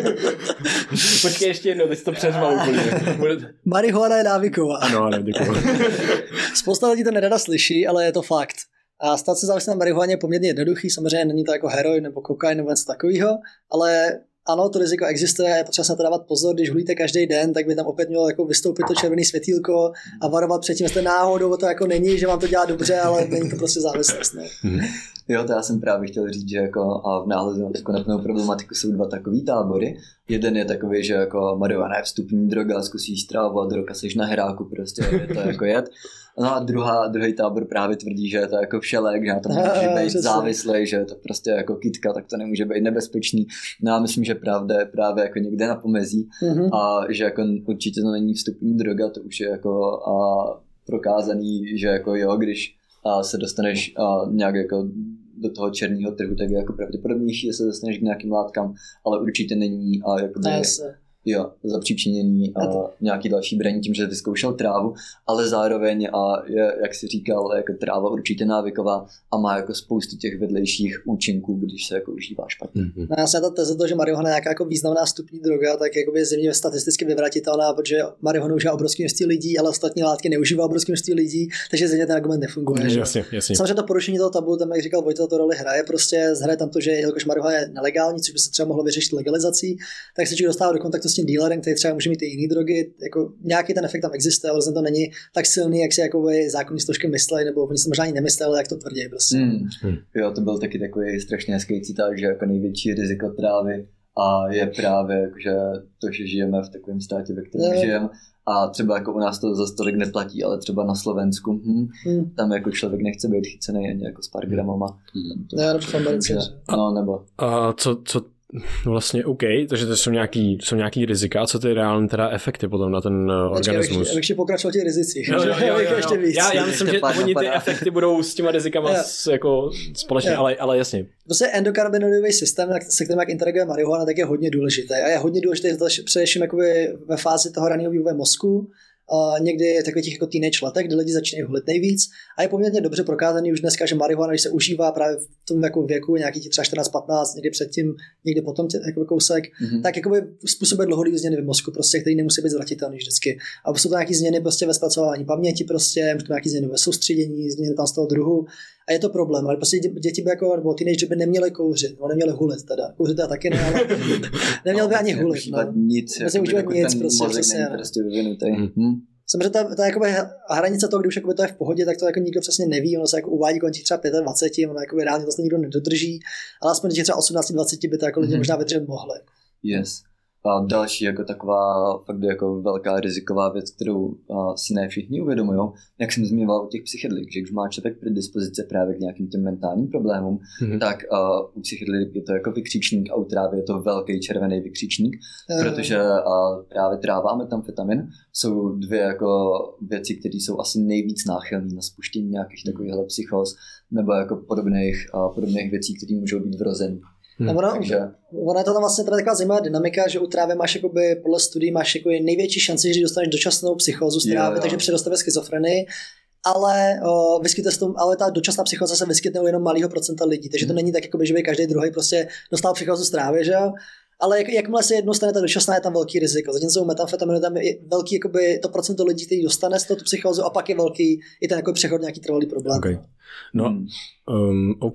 Počkej ještě jednou, teď jsi to přeřval úplně. Marihuana je návyková. Ano, ano, děkuji. Spousta lidí to nerada slyší, ale je to fakt. A stát se závislým na marihuaně je poměrně jednoduchý, samozřejmě není to jako heroin nebo kokain nebo něco takového, ale ano, to riziko existuje, je potřeba se na to dávat pozor, když hulíte každý den, tak by tam opět mělo jako vystoupit to červené světýlko a varovat předtím, že náhodou to jako není, že vám to dělá dobře, ale není to prostě závislost. Ne? Jo, to já jsem právě chtěl říct, že jako a v náhledu na konopnou problematiku jsou dva takový tábory. Jeden je takový, že jako marihuana je vstupní droga, zkusíš trávu a do roka seš na heráku, prostě je to jako jet. No a druhá, druhý tábor právě tvrdí, že je to jako všelek, že na to může být závislý, že je to prostě jako kytka, tak to nemůže být nebezpečný. No a myslím, že pravda je právě jako někde na pomezí mm-hmm. a že jako určitě to není vstupní droga, to už je jako a prokázaný, že jako jo, když a se dostaneš a nějak jako do toho černého trhu, tak je jako pravděpodobnější, že se dostaneš k nějakým látkám, ale určitě není a jakoby, jo, zapříčiněný a nějaký další braní tím, že vyzkoušel trávu, ale zároveň a je, jak jsi říkal, jako tráva určitě návyková a má jako spoustu těch vedlejších účinků, když se jako užívá špatně. Mm-hmm. No, já se ta teze to, že marihuana je nějaká jako významná vstupní droga, tak jakoby je zjevně statisticky vyvratitelná, protože marihuana užívá obrovské množství lidí, ale ostatní látky neužívá obrovské množství lidí, takže zjevně ten argument nefunguje. Mm, jasně, jasně. Samozřejmě to porušení toho tabu, tam jak říkal Vojta, to roli hraje, prostě hraje tam to, že jelikož marihuana je nelegální, což by se třeba mohlo vyřešit legalizací, tak se člověk dostává do kontaktu s tím dealerem, který třeba může mít i jiné drogy, jako nějaký ten efekt tam existuje, ale to není tak silný, jak si jako zákonní složky myslej, nebo oni se možná ani nemysleli, jak to tvrdí prostě. Mm. Mm. Jo, to byl taky takový strašně hezký citát, že jako největší riziko trávy a je právě jakože to, že žijeme v takovém státě, ve kterém žijeme. A třeba jako u nás to za tolik neplatí, ale třeba na Slovensku, hm, hmm. tam jako člověk nechce být chycený ani jako s pár gramama. Hmm. To, ne, to, takže, no, nebo. A co, co vlastně OK, takže to jsou nějaký, jsou nějaký rizika, co ty reálné teda efekty potom na ten uh, organismus? Abych ještě pokračoval těch rizicích. Jo, jo, jo, jo, jo. Já, já myslím, že oni ty efekty budou s těma rizikama s, jako společně, ale, ale jasně. Prostě endokannabinoidový systém, se kterým jak interaguje marihuana, tak je hodně důležitý. A je hodně důležitý především ve fázi toho raného vývoje mozku, Uh, někdy v takových těch jako teenage letech, kdy lidi začínají hulit nejvíc a je poměrně dobře prokázaný už dneska, že marihuana, když se užívá právě v tom jako věku nějaký třeba čtrnáct patnáct, někdy předtím, někdy potom tě, jako kousek, mm-hmm. tak jakoby způsobuje dlouhodobé změny v mozku, prostě, které nemusí být zvratitelné vždycky. A jsou to nějaké změny prostě ve zpracování paměti, prostě, nějaké změny ve soustředění, změny tam z toho druhu. A je to problém, ale prostě děti by jako, nebo teenageři by neměli kouřit, nebo neměli hulit teda. Kouřit teda taky ne, ale neměli by ani hulit. No. Nic, jako užívat nic, prostě, přesně. Prostě vyvinutý. Mm-hmm. Samozřejmě ta, ta jakoby hranice toho, když to je v pohodě, tak to jako nikdo přesně neví, ono se jako uvádí kolem těch třeba dvacet pět, ono jako reálně to nikdo nedodrží, ale aspoň těch třeba osmnáct dvacet by to jako lidi mm-hmm. možná vydržet mohli. Yes. A další jako taková fakt jako velká riziková věc, kterou uh, si ne všichni uvědomují, jak jsem zmiňoval u těch psychedelik, že když má člověk predispozice právě k nějakým těm mentálním problémům, mm-hmm. tak uh, u psychedelik je to jako vykřičník a u trávy je to velký červený vykřičník, mm-hmm. protože uh, právě tráva a metamfetamin jsou dvě jako věci, které jsou asi nejvíc náchylné na spuštění nějakých takovýchhle psychóz nebo jako podobných, uh, podobných věcí, které můžou být vrozené. Hmm. Ono, Takže... ono je to tam vlastně taková zajímavá dynamika, že u trávy máš jakoby, podle studií máš jako největší šanci, že dostaneš dočasnou psychózu z trávy, takže přiroste ve schizofrenii, ale, o, vyskytne se tom, ale ta dočasná psychóza se vyskytne u jenom malého procenta lidí, takže to není tak, jakoby, že by každý druhý prostě dostal psychózu z trávy, že jo? Ale jak, jakmile se jednou stane ta dočasná, je tam velký riziko. Zatímco u metamfetaminu tam je velký jakoby, to procento lidí, který dostane z toho tu psychózu a pak je velký i ten jako přechod nějaký trvalý problém. Okay. No, hmm. um, OK,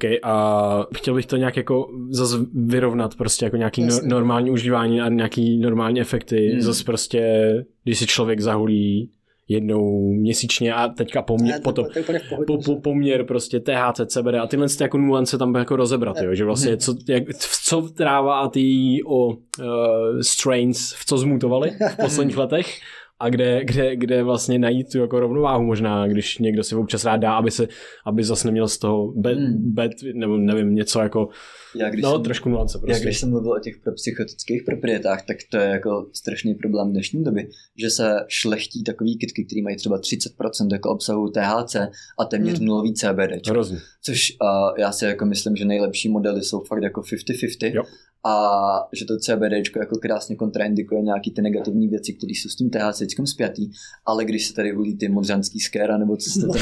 a chtěl bych to nějak jako zase vyrovnat prostě jako nějaký no, normální užívání a nějaký normální efekty. Hmm. Zase prostě, když si člověk zahulí jednou měsíčně a teďka poměr, potom, po, po, poměr prostě T H C, C B D a tyhle jako nuance tam jako rozebrat, jo, že vlastně co, jak, co tráva a ty o uh, strains v co zmutovali v posledních letech a kde, kde, kde vlastně najít tu jako rovnováhu možná, když někdo si občas rád dá, aby se, aby zase neměl z toho bad, hmm. bad nebo nevím, něco jako, já, když no jsem, trošku nuance prostě. Já když jsem mluvil o těch psychotických proprietách, tak to je jako strašný problém dnešní doby, že se šlechtí takový kytky, který mají třeba třicet procent jako obsahu T H C a téměř Hmm. nulový C B D. Hrozně. Což uh, já si jako myslím, že nejlepší modely jsou fakt jako padesát na padesát. Jo. A že to CBDčko jako krásně kontraindikuje nějaký ty negativní věci, které jsou s tím THCčkem spjatý, ale když se tady hulí ty modřanský skéra, nebo co jste tady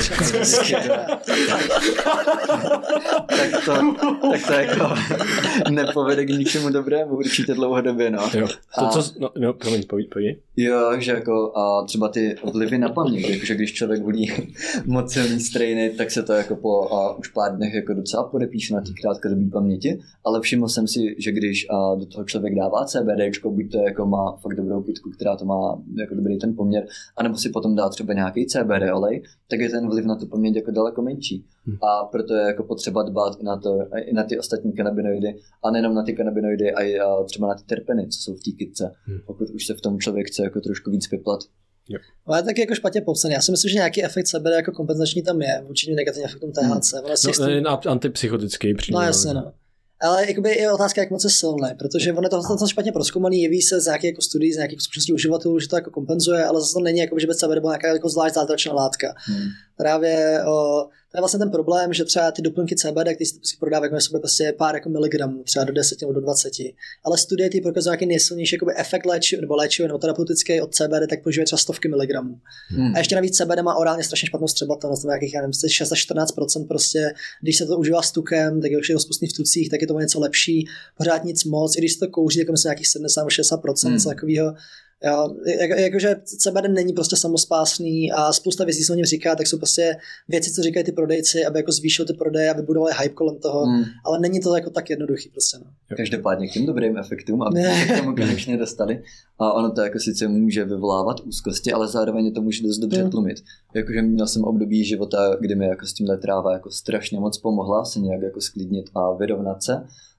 tak, to, tak to jako nepovede k ničemu dobrému určitě dlouhodobě, no. Jo. To, a, co, no, no promiň, povíď, povíď. Jo, že jako a třeba ty vlivy na paměť, jakože když člověk hulí moc silný strainy, tak se to jako po a, už pár dnech jako docela podepíše na té krátkodobé paměti, ale všiml jsem si, že když a do toho člověk dává CBDčko, buď to jako má fakt dobrou kytku, která to má jako dobrý ten poměr, anebo si potom dá třeba nějaký C B D olej, tak je ten vliv na tu paměť jako daleko menší. Hmm. A proto je jako potřeba dbát i na, to, i na ty ostatní kanabinoidy, a nejenom na ty kanabinoidy, a i a třeba na ty terpeny, co jsou v té kytce, hmm. pokud už se v tom člověk chce jako trošku víc vyplat. Jo. Ale tak jako špatně popsaný. Já si myslím, že nějaký efekt C B D jako kompenzační tam je, vůči negativním efektům T H C. Hmm. No, no, antipsychotický přímo. No jasně, no. Ale jakoby je otázka, jak moc je silný, protože ono je to vlastně špatně prozkoumaný, jeví se z nějakých jako studií, z nějakých zkušeností uživatelů, že to jako kompenzuje, ale zase to není, jako, že by C B D byla nějaká jako zvlášť zázračná látka. Hmm. Právě o, to je vlastně ten problém, že třeba ty doplňky C B D, které se prostě prodávají jako sobě prostě pár jako miligramů, třeba do deseti nebo do dvaceti, ale studie ty prokazují nějaký nejsilnější jakoby efekt léčivý nebo léčivý nebo terapeutický od C B D, tak používají třeba stovky miligramů. Hmm. A ještě navíc C B D má orálně strašně špatnou střebatelnost, nebo nějakých, já nevím, šest až čtrnáct procent prostě, když se to užívá s tukem, tak je už rozpustný v tucích, tak je to něco lepší, pořád nic moc, i když se to kouří, tak myslím nějakých sedmdesát až šedesát procent hmm. něco takového. Jo, jak, jakože C B D není prostě samospásný a spousta věcí, co o něm říká, tak jsou prostě věci, co říkají ty prodejci, aby jako zvýšil ty prodeje a vybudovali hype kolem toho, mm. ale není to jako tak jednoduchý prostě. No. Každopádně k těm dobrým efektům, aby se k tomu konečně dostali, a ono to jako sice může vyvolávat úzkosti, ale zároveň to může dost dobře mm. tlumit. Jakože měl jsem období života, kdy mi jako s tímhle tráva jako strašně moc pomohla se nějak jako sklidnit a vyrovnat se.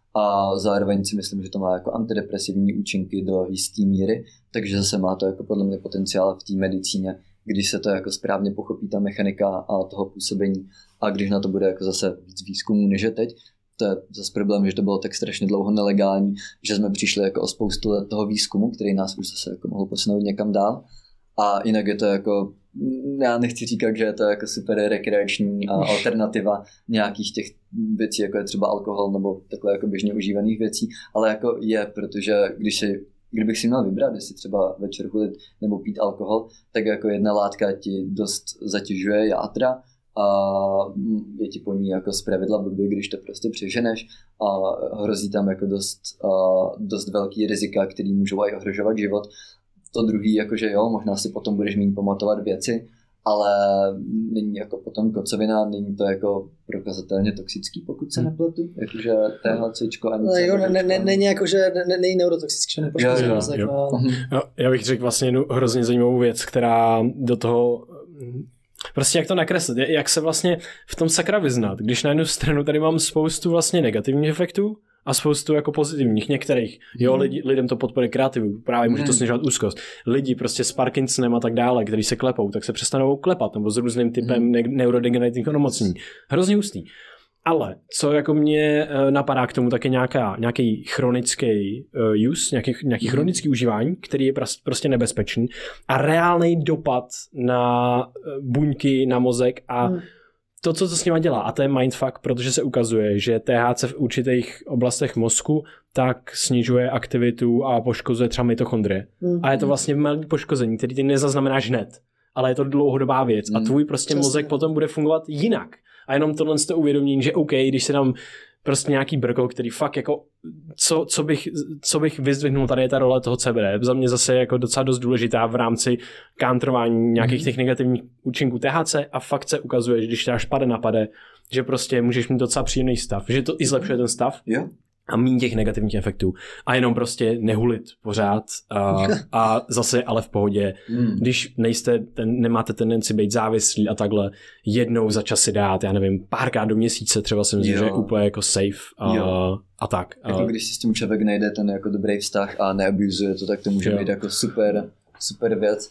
A zároveň si myslím, že to má jako antidepresivní účinky do jisté míry, takže zase má to jako podle mě potenciál v té medicíně, když se to jako správně pochopí ta mechanika a toho působení, a když na to bude jako zase víc výzkumů než je teď. To je zase problém, že to bylo tak strašně dlouho nelegální, že jsme přišli jako o spoustu let toho výzkumu, který nás už zase jako mohl posunout někam dál. A jinak je to jako, já nechci říkat, že je to jako super rekreační alternativa nějakých těch věcí, jako je třeba alkohol nebo takhle jako běžně užívaných věcí, ale jako je, protože když si, kdybych si měl vybrat, jestli třeba večer chulit nebo pít alkohol, tak jako jedna látka ti dost zatěžuje játra a je ti po ní jako zpravidla blbý, když to prostě přeženeš, a hrozí tam jako dost, dost velký rizika, který můžou aj ohrožovat život. To druhý, jakože jo, možná si potom budeš méně pamatovat věci, ale není jako potom kocovina, není to jako prokazatelně toxický, pokud se nepletu, jakože THCčko a no, jo, ne, ne, není jako, že ne, není neurotoxický, nepoškodí mozek. No. No, já bych řekl vlastně jednu hrozně zajímavou věc, která do toho prostě jak to nakreslit, jak se vlastně v tom sakra vyznat, když na jednu stranu tady mám spoustu vlastně negativních efektů a spoustu jako pozitivních, některých. Jo, hmm. lidi, lidem to podporuje kreativitu, právě může to snižovat úzkost. Lidi prostě s Parkinsonem a tak dále, kteří se klepou, tak se přestanou klepat, nebo s různým typem hmm. ne- neurodegenerativních onemocnění. Hrozně hustý. Ale co jako mě napadá k tomu, tak je nějaká, nějaký chronický uh, use, nějaký, nějaký hmm. chronický užívání, který je prostě nebezpečný a reálný dopad na buňky, na mozek a hmm. to, co to s nima dělá, a to je mindfuck, protože se ukazuje, že T H C v určitých oblastech mozku tak snižuje aktivitu a poškozuje třeba mitochondrie. Mm. A je to vlastně malé poškození, který ty nezaznamenáš hned, ale je to dlouhodobá věc mm. a tvůj prostě Přesně. mozek potom bude fungovat jinak. A jenom tohle z toho uvědomění, že OK, když se tam prostě nějaký brko, který fakt jako, co, co, bych, co bych vyzdvihnul, tady je ta role toho C B D. Za mě zase jako docela dost důležitá v rámci kantrování nějakých těch negativních účinků T H C a fakt se ukazuje, že když to až pade napade, že prostě můžeš mít docela příjemný stav, že to i zlepšuje ten stav. Jo. A méně těch negativních efektů. A jenom prostě nehulit pořád a, a zase ale v pohodě. Mm. Když nejste, ten, nemáte tendenci být závislí a takhle jednou za čas si dát, já nevím, párkrát do měsíce třeba si myslím, že je úplně jako safe a, a tak. Jako a... když si s tím člověk najde ten jako dobrý vztah a neabuzuje to, tak to může jo. být jako super, super věc.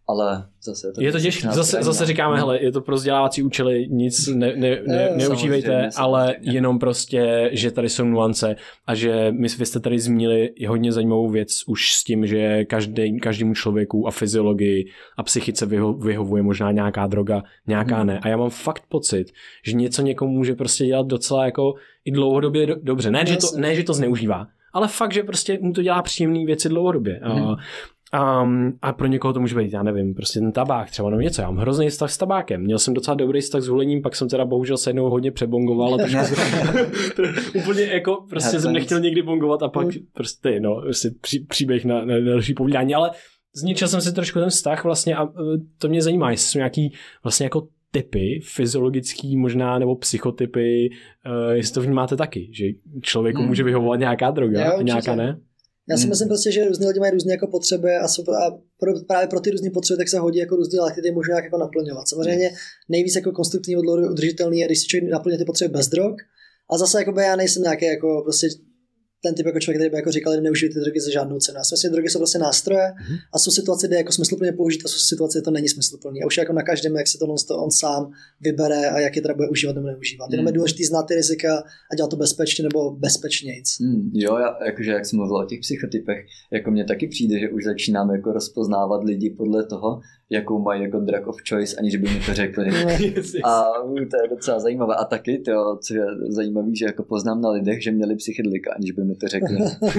ale zase... To je to těžké, zase, zase říkáme, hele, je to pro vzdělávací účely, nic ne, ne, ne, neužívejte, ale jenom prostě, že tady jsou nuance a že my, vy jste tady zmínili hodně zajímavou věc už s tím, že každý, každému člověku a fyziologii a psychice vyho, vyhovuje možná nějaká droga, nějaká hmm. ne. A já mám fakt pocit, že něco někomu může prostě dělat docela jako i dlouhodobě do, dobře. Ne, že to, ne, že to zneužívá, ale fakt, že prostě mu to dělá příjemné věci dlouhodobě. Hmm. A, Um, a pro někoho to může být, já nevím, prostě ten tabák třeba, no něco, já mám hrozný vztah s tabákem, měl jsem docela dobrý vztah s hulením, pak jsem teda bohužel se jednou hodně přebongoval a trošku úplně jako prostě jsem nechtěl nikdy bongovat a pak prostě, no, prostě pří, příběh na, na další povídání, ale zničil jsem si trošku ten vztah vlastně a to mě zajímá, jestli jsou nějaký vlastně jako typy fyziologický možná nebo psychotypy, uh, jestli to vnímáte taky, že člověku hmm. může vyhovovat nějaká droga já, a nějaká ne? Já si myslím prostě, že různí lidi mají různé jako potřeby a, jsou, a pro, právě pro ty různé potřeby tak se hodí jako různý látky, které můžou nějak jako naplňovat. Samozřejmě nejvíc jako konstruktivní dlouhodobě udržitelný je, když si člověk naplňuje ty potřeby bez drog. A zase jako já nejsem nějaký jako prostě ten typ jako člověk, který by jako říkal, že neužijte drogy za žádnou cenu. Já si myslím, že drogy jsou prostě nástroje mm-hmm. a jsou situace, kde je jako smysluplně použít a jsou situace, kde to není smysluplný. A už jako na každém, jak si to on, on sám vybere a jak je teda bude užívat nebo neužívat. Mm. Jenom je důležité znát ty rizika a dělat to bezpečně nebo bezpečnějc. Mm, jo, já, jakože jak jsem mluvil o těch psychotypech, jako mně taky přijde, že už začínáme jako rozpoznávat lidi podle toho, jakou mají jako drug of choice, aniž by mi to řekli. A to je docela zajímavé. A taky, to, co je zajímavé, že jako poznám na lidech, že měli psychedelika, aniž by mi to řekli.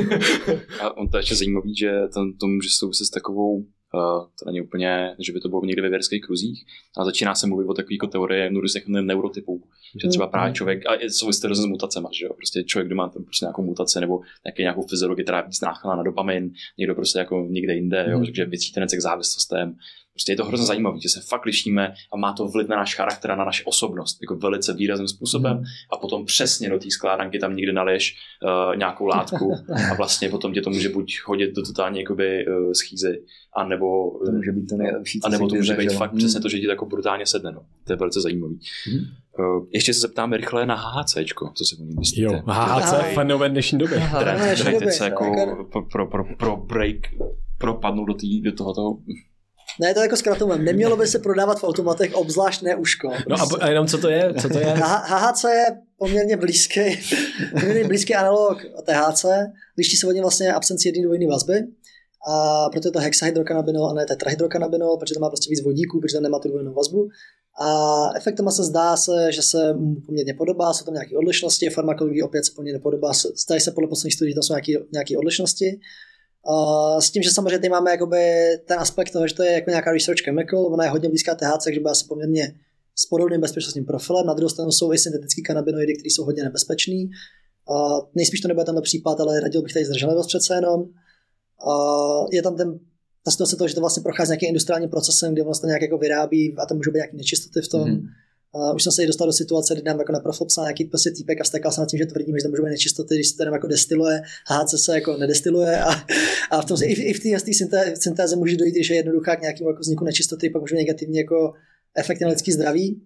A on to je ještě zajímavý, že to, to může souviset s takovou, uh, to není úplně, že by to bylo někde ve vědeckých kruzích, a začíná se mluvit o takové jako teorie různých neurotypů, že třeba právě člověk, a souvisí to s mutacemi, že jo, prostě člověk, kdo má tam prostě nějakou mutaci nebo nějaký, nějakou fyziologii, která je víc náchylná na dopamin, někdo prostě jako někde jinde, jo, takže větší tendence k závislostem. Prostě je to hrozně zajímavé, že se fakt lišíme a má to vliv na náš charakter a na naši osobnost jako velice výrazným způsobem a potom přesně do té skládanky tam někde naliješ uh, nějakou látku a vlastně potom tě to může buď hodit do totální jakoby uh, schýzy, anebo to může být to nejlepší, a nebo to může být fakt hmm. přesně to, že ti jako brutálně sedne. No. To je velice zajímavý. Hmm. Uh, ještě se zeptáme rychle na HHCčko, co si o něm myslíte? Jo, H H C je fenomén dnešní doby. Teď se jako pro, pro, pro break propadnou do, tý, do tohoto. Ne, to jako zkratumem. Nemělo by se prodávat v automatech, obzvlášť ne uško. No a jenom co to je? Co to je? H H C je poměrně blízký, poměrně blízký analog T H C. Liší se od něj vlastně absenci jedné dvojné vazby. A proto je to hexahydrokanabinol a ne tetrahydrokanabinol, protože to má prostě víc vodíků, protože to nemá tu dvojnou vazbu. A efektama se zdá se, že se mu poměrně podobá, jsou tam nějaké odlišnosti, farmakologii opět se poměrně podobá, zdají se podle posledních studií, tam jsou nějaké, nějaké odlišnosti. Uh, s tím, že samozřejmě tady máme jakoby ten aspekt toho, že to je jako nějaká research chemical, ona je hodně blízká T H C, takže byla asi poměrně s podobným bezpečnostním profilem. Na druhou stranu jsou i syntetické kanabinoidy, které jsou hodně nebezpečný. Uh, nejspíš to nebude tenhle případ, ale radil bych tady zdrženlivost přece jenom. Uh, je tam ten, ta situace toho, že to vlastně prochází nějakým industriálním procesem, kde vlastně nějak jako vyrábí a tam můžou být nějaké nečistoty v tom. Mm. Uh, už jsem se i dostal do situace, kdy dám jako na profil psal nějaký prostě týpek a vztekal se nad tím, že tvrdíme, že tam můžou být nečistoty, když se to jako destiluje, H H C se jako nedestiluje a, a v tom se, i, i v té syntéze, syntéze může dojít, že je jednoduchá k nějakému jako vzniku nečistoty, pak může negativní jako efekty na lidský zdraví.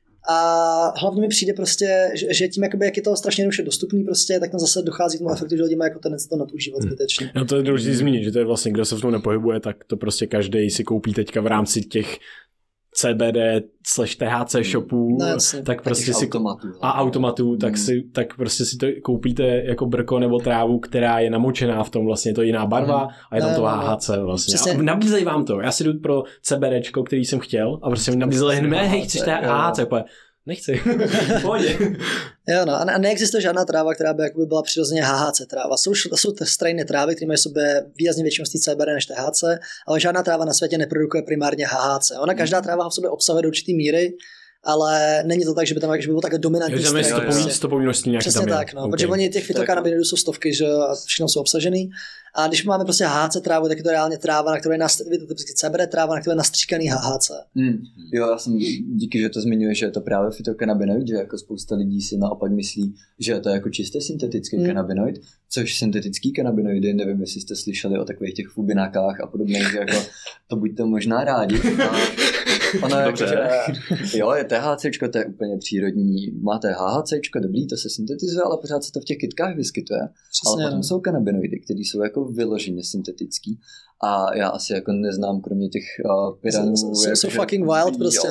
A hlavně mi přijde prostě, že, že tím, jakoby, jak je to strašně jednoduše dostupný, prostě, tak tam zase dochází k tomu efektu, že lidi mají jako tendenci to nadužívat zbytečně. No to je důležité hmm. zmínit, že to je vlastně, kdo se v tom nepohybuje, tak to prostě každý si koupí teďka v rámci těch C B D slash T H C shopů, no, tak prostě si automatů, a automatů, hmm. tak si tak prostě si to koupíte jako brko nebo trávu, která je namočená v tom, vlastně je to jiná barva hmm. a je tam no, to H H C vlastně. Přesně. A nabízejí vám to. Já si jdu pro CBDčko, který jsem chtěl a prostě mi nabízeli hned, hej, chceš H H C, nechci. Pohodě. Jo, no, a neexistuje žádná tráva, která by jakoby byla přirozeně H H C tráva. Jsou, jsou strany trávy, které mají v sobě výrazně větší množství C B D než T H C, ale žádná tráva na světě neprodukuje primárně H H C. Ona každá tráva v sobě obsahuje do určitý míry, ale není to tak, že by tam že by byl tak dominantní. Že tam je stopový, stopový množství nějaký. Přesně tak, no, okay. Protože oni těch fytokanabinoidů jsou stovky, že všechno jsou obsažený. A když máme prostě H H C trávu, tak je to reálně tráva, na kterou je nastříkaný, C B D tráva, na kterou je nastříkaný H H C. Mm. Jo, já jsem díky, že to zmiňuješ, že je to právě fytokanabinoid, že jako spousta lidí si naopak myslí, že je to jako čistě syntetický mm. kanabinoid, což syntetický kanabinoidy, nevím, jestli jste slyšeli o takových těch fubinákách a podobně, že jako to buďte možná rádi. A ono je, že, jo, je to T H C to je úplně přírodní, máte H H C, dobrý, to se syntetizuje, ale pořád se to v těch kytkách vyskytuje. Přesně, ale potom jsou kanabinoidy, které jsou jako vyloženě syntetický. A já asi jako neznám, kromě těch uh, piranů. Jsou so, so fucking wild prostě.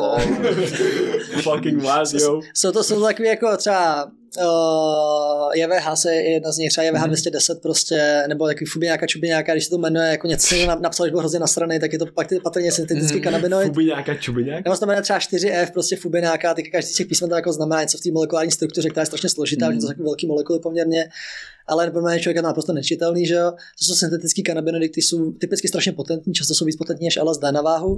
Fucking wild, jo. Jsou to, jsou to takový jako třeba uh, J V H se je jedna z nich, třeba J V H dvě stě deset prostě, nebo takový fubiňáka, čubiňáka, když se to jmenuje jako něco napsal, že byl hrozně nasranej, tak je to pak patrně syntetický kanabinoid. Fubiňáka, čubiňák? Nebo se to jmenuje třeba čtyři F, prostě fubiňáka, tak každý z těch písmen to jako znamená něco v té molekulární struktuře, která je strašně složitá, mm. to jsou takový velký molekuly poměrně. Ale pro mě člověk je to naprosto nečitelný, že jo. To jsou syntetické kanabinoidy, které jsou typicky strašně potentní, často jsou víc potentní než L S D na váhu.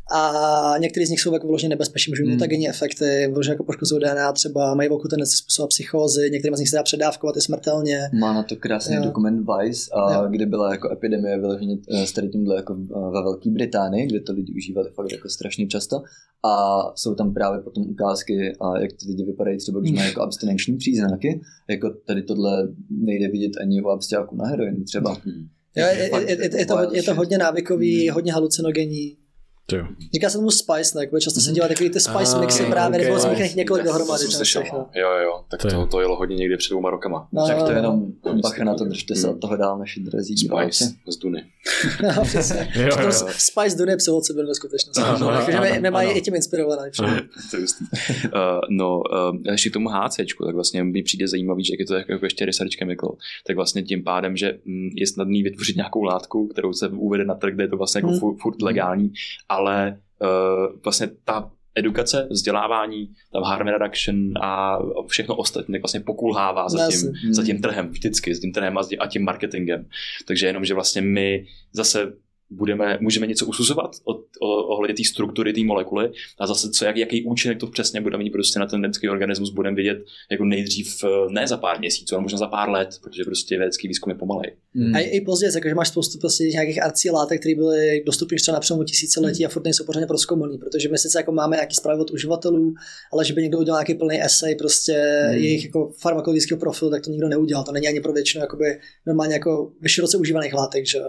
A některý z nich jsou jako vloženě nebezpečný, můžou mít hmm. mutagenní efekty, vloženě jako poškozují D N A, třeba mají velkou tendenci způsobovat psychózy, některým z nich se dá předávkovat i smrtelně. Má na to krásný jo. dokument Vice, a kde byla jako epidemie vyloženě s tady tímhle jako ve Velké Británii, kde to lidi užívali fakt jako strašně často. A jsou tam právě potom ukázky, a jak ty lidi vypadají třeba, když mají jako abstinenční příznaky, jako tady tohle nejde vidět ani u absťáků na heroin třeba. Hmm. Jo, je, je, je, je, to, je to hodně návykový, hmm. hodně halucinogenní. Jo. Říká se tomu spice, ne? Často se dělá takový ty spice ah, mixy právě, okay, nebo jsme jich několik dohromady. Jo, jo, tak to, to, to jelo hodně někdy před dvěma rokama. No, tak to je jenom bacha na to, držte se od toho dál, naši drazí. Spice z Duny. No, přesně. Jo, jo. Spice Duny je psilocybin ve skutečnosti. No, takže my mají i tím inspirovaný. To je jistý. No, ještě k tomu HCčku, tak vlastně mi přijde zajímavý, že jak je to jako ještě research chemical, tak vlastně tím pádem, že je snadný vytvořit nějakou látku, kterou se uvede na trh, kde je to vlastně jako furt legální, ale uh, vlastně ta edukace, vzdělávání, ta harm reduction a všechno ostatní vlastně pokulhává za tím, za tím trhem vždycky, za tím trhem a tím marketingem. Takže jenom, že vlastně my zase budeme, můžeme něco usuzovat od, ohledně té struktury té molekuly a zase co, jak, jaký účinek to přesně bude mít prostě na ten lidský organismus, budeme vidět jako nejdřív ne za pár měsíců, ale možná za pár let, protože prostě vědecký výzkum je pomalej. Mm. A i později, jakože máš spoustu prostě nějakých arcí látek, které byly dostupné třeba na přelomu tisíciletí mm. a furt nejsou pořádně prozkoumaný, protože my sice jako máme nějaký zprávy od uživatelů, ale že by někdo udělal nějaký plný esej prostě mm. jejich jako farmakologického profilu, tak to nikdo neudělal. To není ani pro většinu jakoby normálně jako široce užívaných látek, že?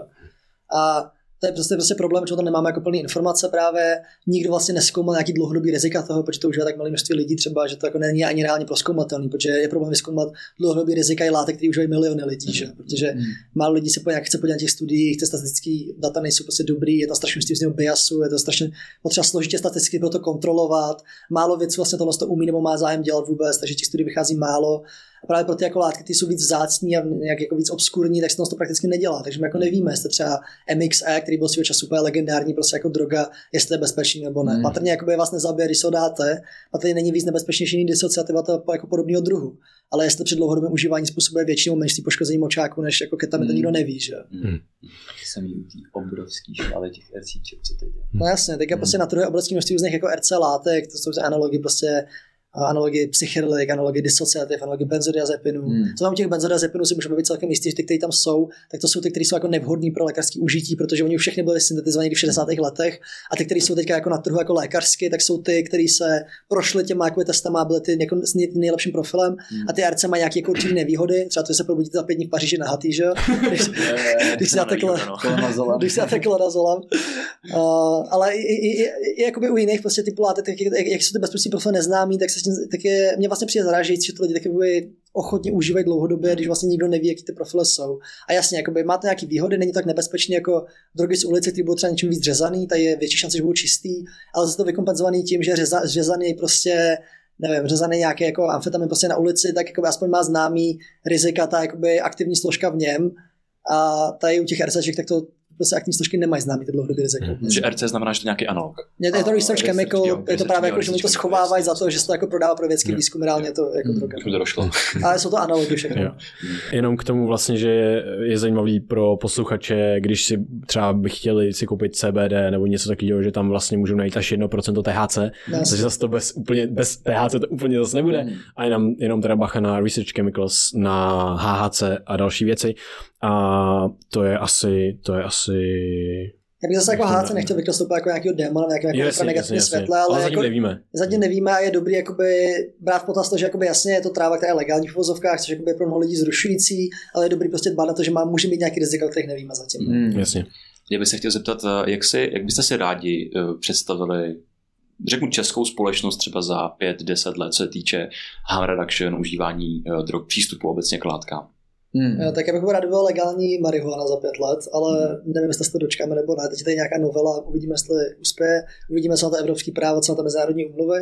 A to je prostě, prostě problém, že tam nemáme jako plný informace právě, nikdo vlastně nezkoumal nějaký dlouhodobý rizika toho, protože to užívá tak malé množství lidí třeba, že to jako není ani reálně prozkoumatelný, protože je problém vyzkoumat dlouhodobý rizika i látek, které užívají miliony lidí, že? Protože málo lidí se nějak chce podívat na těch studiích, ty statistické data nejsou prostě dobrý, je to strašně množství biasu, je to strašně potřeba složitě statisticky pro to kontrolovat, málo věců vlastně tohle to umí nebo má zájem dělat vůbec, takže těch studií vychází málo. A právě pro ty jako látky, ty jsou víc vzácní a nějak jako víc obskurní, tak se to prakticky nedělá. Takže my jako nevíme, jestli třeba M X E, který byl svého času úplně legendární, prostě jako droga, jestli je bezpečný nebo ne. Mm. Patrně jakoby vás nezabije, když se ho dáte, patrně není víc nebezpečnější jiný disociativa jako podobného druhu. Ale jestli při dlouhodobém užívání způsobuje větší menší poškození močáku, než jako ketamin, mm. to nikdo neví, že? Mm. Jsem jí tý obrovský škály těch RCček, co teď je. No jasně, teďka mm. prostě na trhu je obrovský množství různých jako R C látek, to jsou analogy prostě analogii psychedelik, analogii disociativ, analogii benzodiazepinů. Hmm. Co tam těch benzodiazepinů si můžeme být celkem jistí, že ty, které tam jsou, tak to jsou ty, které jsou jako nevhodný pro lékařské užití, protože oni už všechny byly syntetizovaní v šedesátých letech a ty, které jsou teďka jako na trhu jako lékařsky, tak jsou ty, které se prošly těma jako testama, byly ty jako s nejlepším profilem hmm. a ty R C mají nějaké jako určitě nevýhody, třeba to se probudíte za pět dní v Paříži nahatý, že jo? Když, když si dáte když si dáte klonazolam. Uh, ale i, i, i, i jakoby u jiných prostě typů látek, jak, jak, jak jsou ty bezpečný profily neznámý, tak se tak je, mě vlastně přijde zarážející, že to lidi taky ochotně užívají dlouhodobě, když vlastně nikdo neví, jaký ty profily jsou. A jasně, jakoby máte nějaké výhody, není to tak nebezpečné jako drogy z ulice, které budou třeba něčím víc řezaný, tady je větší šance, že budou čistý, ale zase to vykompenzovaný tím, že řeza, řezaný prostě nevím, řezaný nějaký jako amfetamin prostě na ulici, tak jakoby aspoň má známý rizika, ta jakoby aktivní složka v něm. A tady u těch RCček, tak to prostě aktivní složky nemají známý ty dlouhodobý riziko. Hmm. Že R C znamená, že to nějaký analog. Je to, je to research chemical, jo, je to právě jako, že mu to schovávají za to, že se to jako prodává pro vědecký výzkum, reálně to jako hmm. droga. Už mi to došlo. Ale jsou to analogy všechno. Jo. Jenom k tomu vlastně, že je, je zajímavý pro posluchače, když si třeba by chtěli si koupit C B D nebo něco takového, že tam vlastně můžou najít až jedno procento T H C, yes. takže zase to bez, úplně, bez T H C to úplně zase nebude. Hmm. A jenom, jenom teda bacha na research chemicals, na H H C a další věci. A to je asi, to je asi... Já bych zase jako H C nechtěl vykreslit jako nějakého démona, nějakého jako negativního světla, ale, ale zatím jako, nevíme. Zatím nevíme a je dobrý jakoby brát v potaz to, že jakoby jasně je to tráva, která je legální v uvozovkách, což jakoby je pro mnoho lidí zrušující, ale je dobrý prostě dbát na to, že má, může mít nějaký riziko, kterých nevíme zatím. Mm, jasně. Já bych se chtěl zeptat, jak, si, jak byste si rádi představili řeknu českou společnost třeba za pět deset let, co se týče harm reduction, užívání drog, přístupu obecně k látkám? Hmm. Tak já bych rád byl legální marihuana za pět let, ale hmm. nevím, jestli se to dočkáme nebo ne. Teď je tady nějaká novela, uvidíme, jestli uspěje, uvidíme, co na to evropský právo, co na to mezinárodní úmluvy.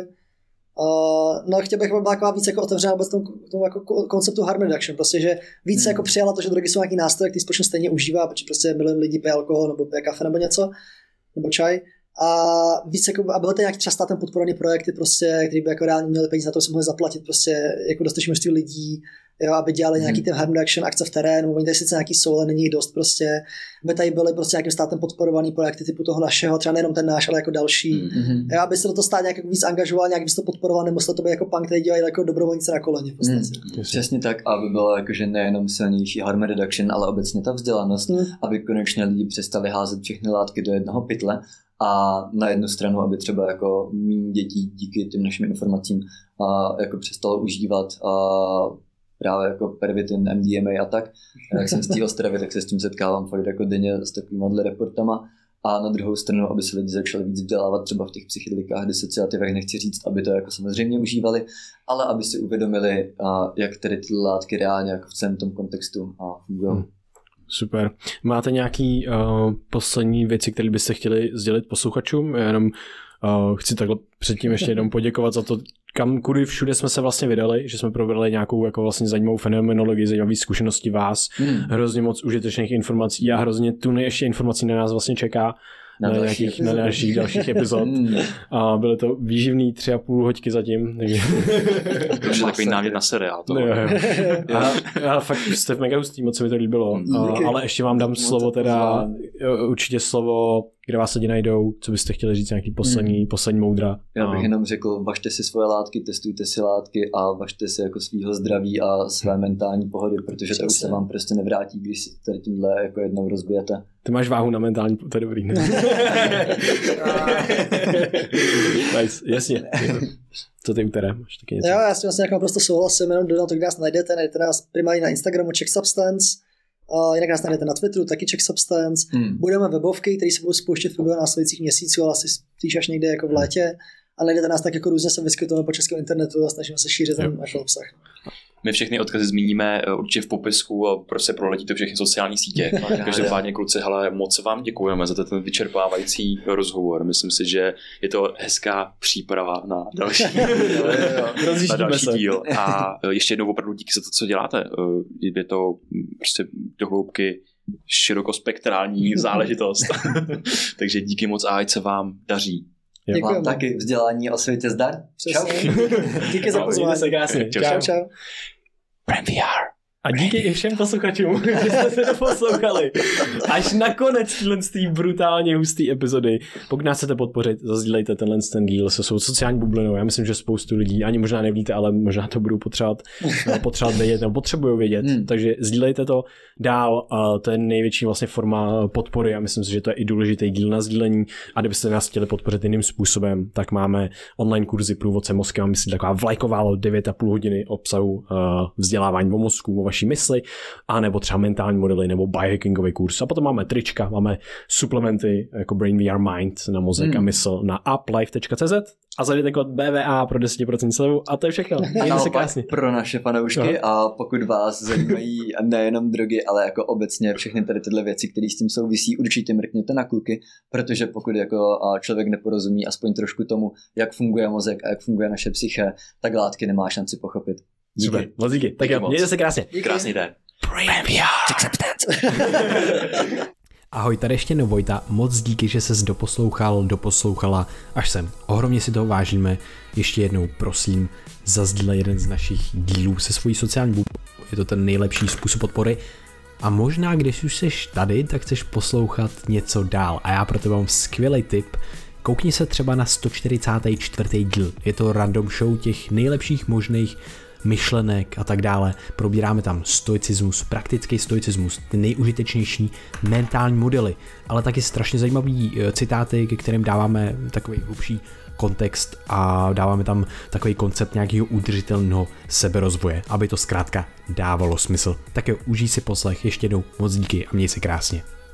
Uh, no chtěl bych, aby byla taková víc jako otevřená vůbec tomu, tomu jako konceptu harm reduction, prostě, že víc hmm. jako přijala to, že drogy jsou nějaký nástroj, který společnost stejně užívá, protože prostě milion lidí pije alkohol nebo pije kafe nebo něco, nebo čaj. A víc jako, a byly to nějaký třeba státem podporované projekty, prostě, který by jako reálně měli peníze na to, se mohli zaplatit prostě jako dostatečné množství lidí, jo, aby dělali nějaký ten harm reduction akce v terénu. Oni tady sice nějaký jsou, ale není jich dost prostě. Aby tady byly prostě nějakým státem podporovaný projekty typu toho našeho, třeba nejenom ten náš, ale jako další. Mm-hmm. Jo, aby se do toho stát nějak víc angažoval, nějak víc to podporoval, nemuselo to být jako punk, který dělají jako dobrovolníci na koleně. Mm. Přesně tak, aby bylo jakože nejenom silnější harm reduction, ale obecně ta vzdělanost, mm. aby konečně lidi přestali házet všechny látky do jednoho pytle. A na jednu stranu, aby třeba jako méně dětí díky těm našim informacím a jako přestalo užívat a právě jako pervitin, M D M A a tak. Jak jsem z té Ostravy, tak se s tím setkávám fakt jako denně s takovýma reportama. A na druhou stranu, aby se lidi začali víc vzdělávat třeba v těch psychedelikách, disociativech, nechci říct, aby to jako samozřejmě užívali, ale aby si uvědomili, jak tedy ty látky reálně jako v celém tom kontextu fungují. Hmm. Super. Máte nějaký uh, poslední věci, které byste chtěli sdělit posluchačům? Já jenom uh, chci takhle předtím ještě jednou poděkovat za to, kam kudy všude jsme se vlastně vydali, že jsme probrali nějakou jako vlastně zajímavou fenomenologii, zajímavé zkušenosti vás, hmm. hrozně moc užitečných informací a hrozně tu ještě informací na nás vlastně čeká. Na, na, nějakých, na dalších dalších epizod. A byly to výživný tři a půl hoďky zatím. Takže... to je takový námět na seriál. To. Jo, jo. A, a fakt jste v mega hustý, moc se mi to líbilo. A, ale ještě vám dám slovo teda, určitě slovo, kde vás lidi najdou, co byste chtěli říct, nějaký poslední, hmm. poslední moudra. Já bych a... jenom řekl, važte si svoje látky, testujte si látky a važte si jako svýho zdraví a své mentální pohody, protože Přesně. to už se vám prostě nevrátí, když si tady tímhle jako jednou rozbijete. Ty máš váhu na mentální, to je dobrý. Nice, jasně. Co ty utere? Máš taky něco? Jo, já s tím vlastně jako naprosto souhlasím, jenom dodám to, kde nás najdete, najdete nás primárně na Instagramu Check Substance, uh, jinak nás najdete na Twitteru, taky Check Substance. Hmm. Budeme webovky, které se budou spouštět v průběhu následujících měsíců, ale asi spíš až někde jako v létě. A najdete nás tak jako různě se vyskytujeme po českém internetu a snažíme se šířit ten náš obsah. My všechny odkazy zmíníme určitě v popisku a prostě proletí to všechny sociální sítě. Každopádně kluci, hele, moc vám děkujeme za ten vyčerpávající rozhovor. Myslím si, že je to hezká příprava na další, na další díl. A ještě jednou opravdu díky za to, co děláte. Je to prostě do hloubky širokospektrální záležitost. Takže díky moc a ať se vám daří. Já vám taky vzdělání o světě zdar. Čau. Díky za pozvání. Se krásně. Čau, čau. čau. Brand V R. A díky i všem posluchačům, že jste se to poslouchali. Až nakonec tyhle z brutálně hustý epizody. Pokud nás chcete podpořit, zazdílejte tenhle ten díl se svou sociální bublinou. Já myslím, že spoustu lidí ani možná nevíte, ale možná to budou potřebovat, potřebovat vědět, nebo potřebují vědět. Hmm. Takže sdílejte to dál. A to je největší vlastně forma podpory. Já myslím si, že to je i důležitý díl na sdílení. A kdybyste nás chtěli podpořit jiným způsobem, tak máme online kurzy Průvodce mozkem. Myslím, taková vlajková devět a půl hodiny obsahu uh, vzdělávání o mozku, o vaší mysli, a nebo třeba mentální modely, nebo biohackingový kurz. A potom máme trička, máme suplementy jako Brain V R Mind na mozek hmm. a mysl na uplife tečka cé zet a zajdete kód B V A pro deset procent slevu a to je všechno. A se krásně. Pro naše fanoušky no. A pokud vás zajímají nejenom drogy, ale jako obecně všechny tady tyhle věci, které s tím souvisí, určitě mrkněte na kluky, protože pokud jako člověk neporozumí aspoň trošku tomu, jak funguje mozek a jak funguje naše psyché, tak látky nemá šanci pochopit. Díky. Super, moc díky. Tak jo, mějte se krásně. Díky. Krásný den. Ahoj, tady ještě Vojta, moc díky, že ses doposlouchal, doposlouchala až sem. Ohromně si toho vážíme. Ještě jednou prosím, zazdílej jeden z našich dílů se svojí sociální bublou. Je to ten nejlepší způsob podpory. A možná, když už seš tady, tak chceš poslouchat něco dál. A já pro tebe mám skvělý tip. Koukni se třeba na sto čtyřicátý čtvrtý díl. Je to random show těch nejlepších možných myšlenek a tak dále. Probíráme tam stoicismus, praktický stoicismus, ty nejužitečnější mentální modely, ale taky strašně zajímavý citáty, ke kterým dáváme takový hlubší kontext a dáváme tam takový koncept nějakého udržitelného seberozvoje, aby to zkrátka dávalo smysl. Tak jo, užij si poslech, ještě jednou moc díky a měj se krásně.